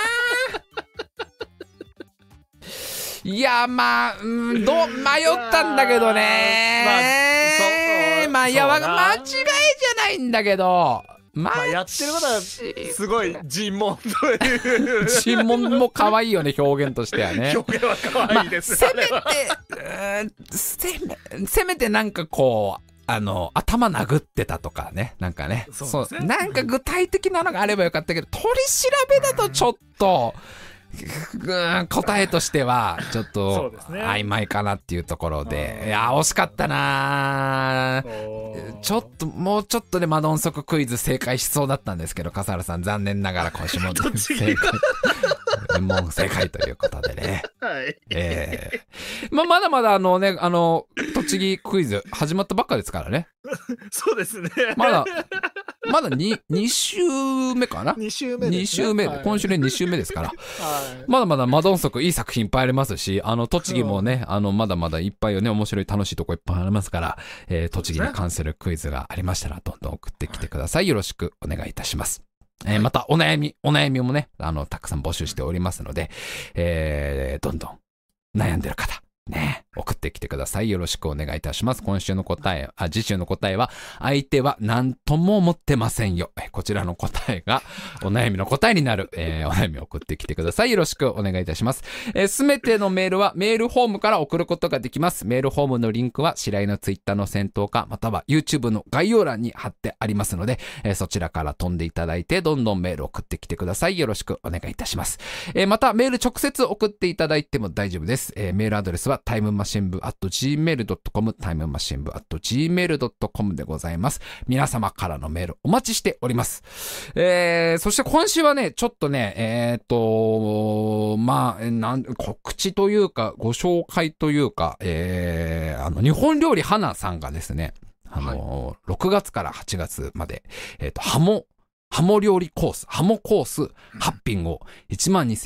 い。いや、まあ、うん、ど、迷ったんだけどね。まあ、まあ、いや、間違いじゃないんだけど。
まあ、やってることはすごい尋問という。
尋問も可愛いよね、表現としてはね。
表現は可愛いです。
まあ、せめて、せめ、せめてなんかこう、あの、頭殴ってたとかね。なんかね。そう、なんか具体的なのがあればよかったけど、取り調べだとちょっと、答えとしては、ちょっと、曖昧かなっていうところで。いや、惜しかったなちょっと、もうちょっとでマドンソククイズ正解しそうだったんですけど、笠原さん残念ながら今週も正解。もう正解ということでね。
はい。
ええー。まあ、まだまだあのね、あの、栃木クイズ始まったばっかですからね。
そうですね。
まだ、まだに、に週目かな ?に
週目ですね。
に週目で、はい、今週でに週目ですから。
はい、
まだまだマドンソクいい作品いっぱいありますし、あの、栃木もね、あの、まだまだいっぱいよね、面白い楽しいとこいっぱいありますから、えー、栃木に関するクイズがありましたら、どんどん送ってきてください。よろしくお願いいたします。えー、またお悩み、お悩みもね、あの、たくさん募集しておりますので、えー、どんどん悩んでる方、ね、送ってきてください。よろしくお願いいたします。今週の答え、あ、次週の答えは、相手は何とも思ってませんよ。こちらの答えが、お悩みの答えになる、えー、お悩みを送ってきてください。よろしくお願いいたします。えー、すべてのメールは、メールフォームから送ることができます。メールフォームのリンクは、白井のツイッターの先頭か、または YouTube の概要欄に貼ってありますので、えー、そちらから飛んでいただいて、どんどんメールを送ってきてください。よろしくお願いいたします。えー、また、メール直接送っていただいても大丈夫です。えー、メールアドレスは、タイムマシン部 アットジーメールドットコム タイムマシン部 アットジーメールドットコム でございます。皆様からのメールお待ちしております。えー、そして今週はね、ちょっとね、えーっと、まあ、なん、告知というか、ご紹介というか、えー、あの、日本料理花さんがですね、あの、はい、ろくがつからはちがつまで、えーっと、ハモ、ハモ料理コース、ハモコースはち品をいちまんにせんえんからろ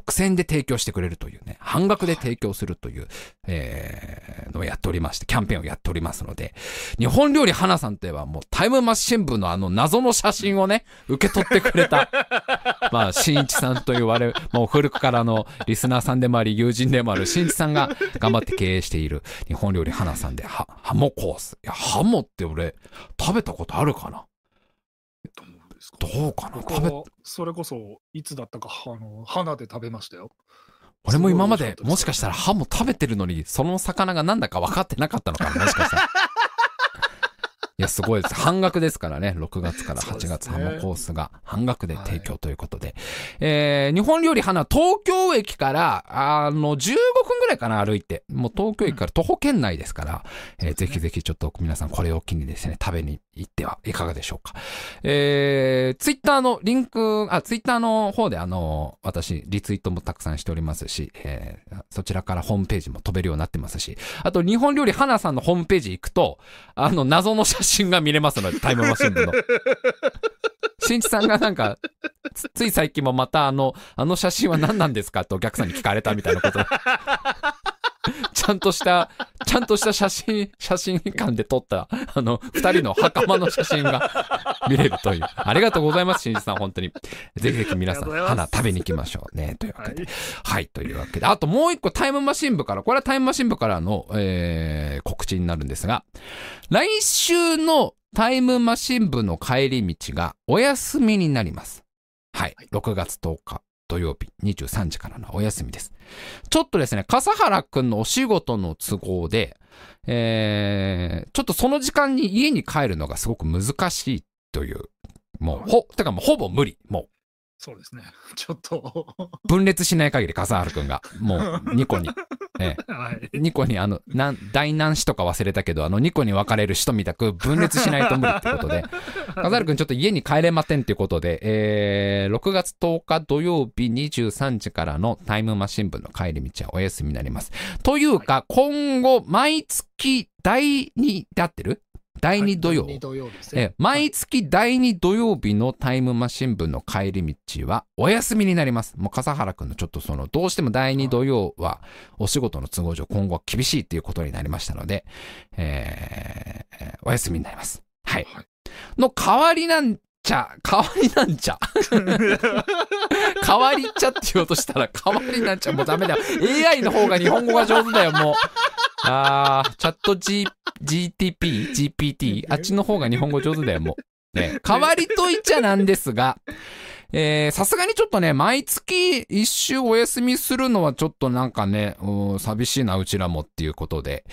ろくせんえんで提供してくれるというね、半額で提供するという、えー、のをやっておりまして、キャンペーンをやっておりますので、日本料理花さんといえばもうタイムマシン部のあの謎の写真をね、受け取ってくれた、まあ、新一さんと言われ、もう古くからのリスナーさんでもあり、友人でもある新一さんが頑張って経営している日本料理花さんで、は、ハモコース。いや、ハモって俺、食べたことあるかな？どうかな？食べ、
それこそ、いつだったか、あの、花で食べましたよ。
俺も今まで、もしかしたらハモ食べてるのに、その魚がなんだか分かってなかったのかな、もしかしたら。いや、すごいです。半額ですからね。ろくがつからはちがつ、ハモコースが半額で提供ということで。はい、えー、日本料理花、東京駅から、あの、じゅうごふんぐらいかな、歩いて。もう東京駅から徒歩圏内ですから、うん、えー、ぜひぜひちょっと皆さんこれを機にですね、食べに行ってはいかがでしょうか。えー、ツイッターのリンク、あ、ツイッターの方であの、私、リツイートもたくさんしておりますし、えー、そちらからホームページも飛べるようになってますし、あと日本料理花さんのホームページ行くと、あの、謎の写真が見れますので、タイムマシン部の。新一さんがなんかつ、つい最近もまたあの、あの写真は何なんですかとお客さんに聞かれたみたいなこと。ちゃんとした、ちゃんとした写真、写真館で撮った、あの、二人の袴の写真が見れるという。ありがとうございます、新一さん、本当に。ぜひぜひ皆さん、花食べに行きましょうね。というわけで。はい、はい、というわけで。あともう一個タイムマシン部から、これはタイムマシン部からの、えー、告知になるんですが、来週のタイムマシン部の帰り道がお休みになります。はい。ろくがつとおか土曜日にじゅうさんじからのお休みです。ちょっとですね、笠原くんのお仕事の都合で、えー、ちょっとその時間に家に帰るのがすごく難しいという、もう、ほ、てかもうほぼ無理。もう。
そうですね。ちょっと。
分裂しない限り笠原くんが、もうニコに。ええ、はい、ニコにあの、なん、大難子とか忘れたけど、あの、ニコに分かれる使徒みたく分裂しないと無理ってことで、笠原くんちょっと家に帰れませんっていうことで、えー、ろくがつとおか土曜日にじゅうさんじからのタイムマシン部の帰り道はお休みになります。というか、はい、今後、毎月だいにで合ってる？だいに土曜、はい、土曜ですね、え毎月だいに土曜日のタイムマシン部の帰り道はお休みになります。もう笠原くんのちょっとそのどうしてもだいに土曜はお仕事の都合上今後は厳しいっていうことになりましたので、えー、お休みになります。はい。の代わりなんちゃ、代わりなんちゃ。代わりちゃって言おうとしたら代わりなんちゃ。もうダメだよ。エーアイ の方が日本語が上手だよ、もう。あー、チャット G、ジーティーピー、ジーピーティー、あっちの方が日本語上手だよ、もう。ね、代わりといっちゃなんですが、えー、さすがにちょっとね、毎月一週お休みするのはちょっとなんかね、寂しいな、うちらもっていうことで、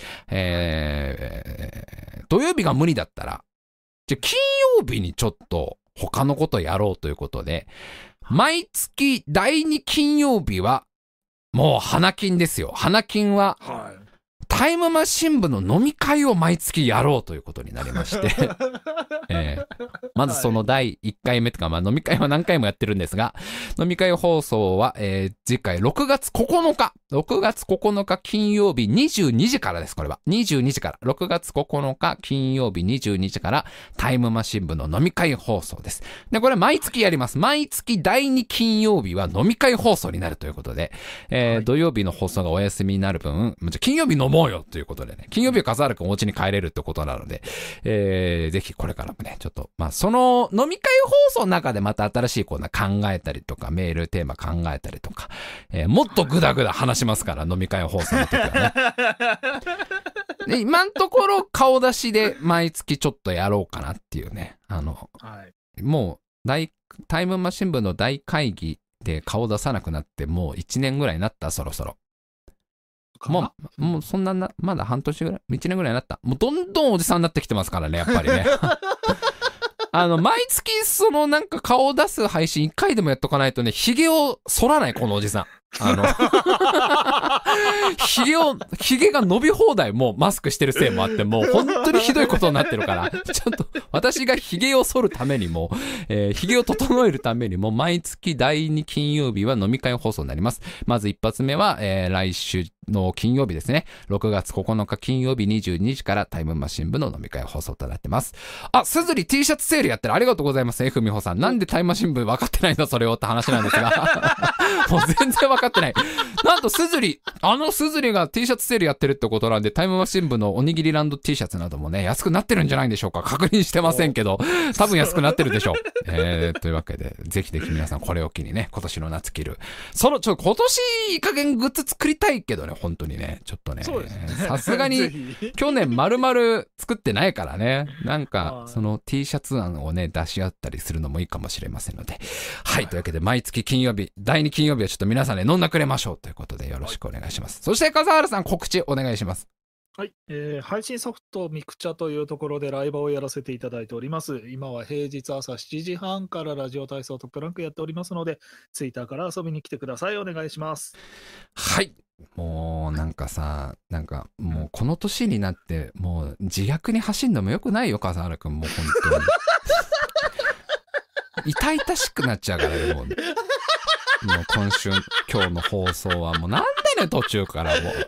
えー、土曜日が無理だったら、じゃ金曜日にちょっと他のことやろうということで、毎月だいに金曜日は、もう花金ですよ。花金は、はい、タイムマシン部の飲み会を毎月やろうということになりまして、えー、まずそのだいいっかいめとか、まあ飲み会は何回もやってるんですが、飲み会放送は、えー、次回ろくがつここのか、ろくがつここのか金曜日にじゅうにじからです、これは。にじゅうにじから。ろくがつここのか金曜日にじゅうにじからタイムマシン部の飲み会放送です。で、これ毎月やります。毎月だいに金曜日は飲み会放送になるということで、えーはい、土曜日の放送がお休みになる分、じゃ金曜日飲もうよということでね、金曜日は笠原くんお家に帰れるってことなので、えー、ぜひこれからもね、ちょっと、まあ、その飲み会放送の中でまた新しいコーナー考えたりとか、メールテーマ考えたりとか、えー、もっとグダグダ話しますから、飲み会放送の時はね。で、今のところ顔出しで毎月ちょっとやろうかなっていうね、あの、はい、もう大、タイムマシン部の大会議で顔出さなくなってもういちねんぐらいになった、そろそろ。もう、もうそんなな、まだ半年ぐらい、いちねんぐらいになった。もうどんどんおじさんになってきてますからね、やっぱりね。あの、毎月そのなんか顔を出す配信いっかいでもやっとかないとね、髭を剃らない、このおじさん。あの、髭を、髭が伸び放題もうマスクしてるせいもあって、もう本当にひどいことになってるから、ちょっと私が髭を剃るためにも、えー、髭を整えるためにも、毎月だいに金曜日は飲み会放送になります。まず一発目は、えー、来週の金曜日ですね。ろくがつここのか金曜日にじゅうにじからタイムマシン部の飲み会放送となってます。あ、すずり T シャツセールやってる。ありがとうございます。F みほさん。なんでタイムマシン部分分かってないんだそれをって話なんですが。もう全然分かかってない。なんとスズリ、あのスズリが T シャツセールやってるってことなんで、タイムマシン部のおにぎりランド T シャツなどもね、安くなってるんじゃないんでしょうか。確認してませんけど、多分安くなってるでしょう。えー、というわけで、ぜひぜひ皆さんこれを機にね、今年の夏着る。その、ちょ、今年いい加減グッズ作りたいけどね、本当にね、ちょっとね、さすがに、去年丸々作ってないからね、なんか、その T シャツ案をね、出し合ったりするのもいいかもしれませんので。はい、というわけで、毎月金曜日、だいに金曜日はちょっと皆さんね、飲んだくれましょうということでよろしくお願いします。そして、笠原さん、告知お願いします。
はい、えー、配信ソフトミクチャというところでライブをやらせていただいております。今は平日朝しちじはんからラジオ体操とプランクやっておりますので、ツイッターから遊びに来てください。お願いします。
はい。もうなんかさ、なんかもうこの年になってもう自虐に走んのもよくないよ、笠原くん。もう本当に痛々しくなっちゃうからね、もう。もう今週今日の放送はもうなんでね、途中からもう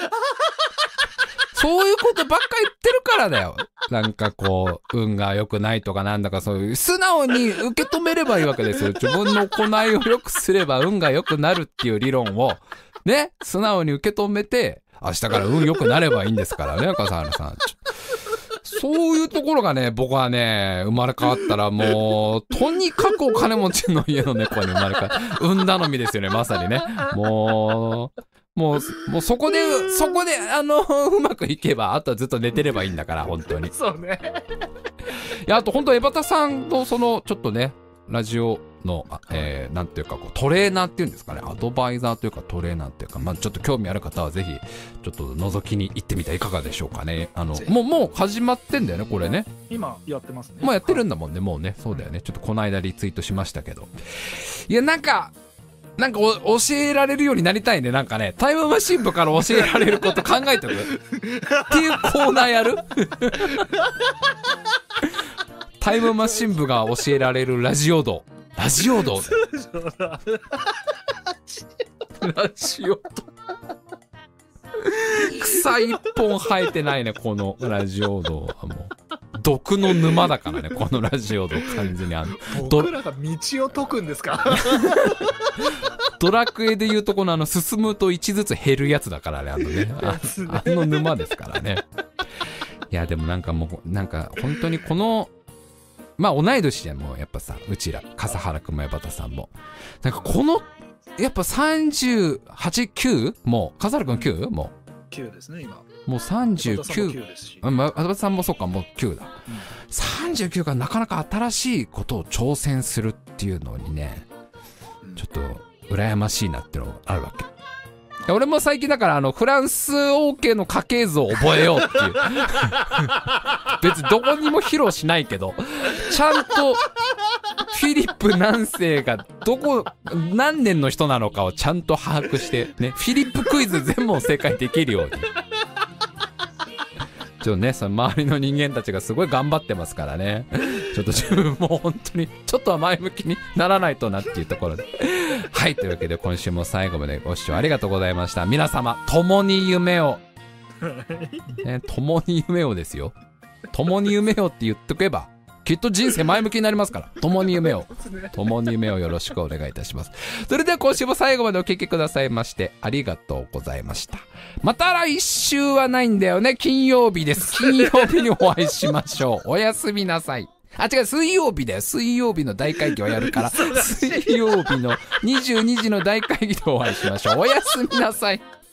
そういうことばっか言ってるからだよ。なんかこう運が良くないとかなんだか、そういう素直に受け止めればいいわけですよ。自分の行いを良くすれば運が良くなるっていう理論をね、素直に受け止めて明日から運良くなればいいんですからね、笠原さん。そういうところがね、僕はね、生まれ変わったらもう、とにかくお金持ちの家の猫に生まれ変わる。運頼みですよね、まさにね。もう、もう、もうそこで、そこで、あの、うまくいけば、あとはずっと寝てればいいんだから、本当に。
そうね。
いや、あと本当、エバタさんと、その、ちょっとね、ラジオの、えー、なんていうかこうトレーナーっていうんですかね、アドバイザーというかトレーナーっていうか、まあちょっと興味ある方はぜひちょっと覗きに行ってみてはいかがでしょうかね。あのもうもう始まってんだよね、これね。
今やってますね。
もうやってるんだもんね、もうね。そうだよね。ちょっとこの間リツイートしましたけど、いやなんかなんかお教えられるようになりたいね。なんかね、タイムマシン部から教えられること考えておくっていうコーナーやるタイムマシン部が教えられるラジオ道。ラジオ道ラジオ道草一本生えてないね、このラジオ道はもう。毒の沼だからね、このラジオ道完全にあの。
僕らが道を解くんですか
ドラクエでいうとこのあの、進むといちずつ減るやつだからね、あのね。あ, あの沼ですからね。いや、でもなんかもう、なんか本当にこの、まあ同い年じゃん、もうやっぱさ、うちら笠原くんも矢端さんもなんかこのやっぱさんじゅうはち、きゅうもう笠原くん きゅう? もう
きゅうですね今。
もうさんじゅうきゅう、矢端さんもそっか、もうきゅうだ、うん、さんじゅうきゅうがなかなか新しいことを挑戦するっていうのにね、うん、ちょっと羨ましいなってのがあるわけ。俺も最近だからあのフランス OK の家系図を覚えようっていう別にどこにも披露しないけど、ちゃんとフィリップ何世がどこ何年の人なのかをちゃんと把握してね、フィリップクイズ全部を正解できるようにちょっとね、その周りの人間たちがすごい頑張ってますからね、ちょっと自分も本当にちょっとは前向きにならないとなっていうところではい、というわけで今週も最後までご視聴ありがとうございました。皆様共に夢を、ね、共に夢をですよ、共に夢をって言っとけばきっと人生前向きになりますから、共に夢を共に夢をよろしくお願いいたします。それでは今週も最後までお聞きくださいましてありがとうございました。また来週はないんだよね、金曜日です。金曜日にお会いしましょう。おやすみなさい。あ、違う、水曜日だよ。水曜日の大会議をやるから水曜日のにじゅうにじの大会議でお会いしましょう。おやすみなさい。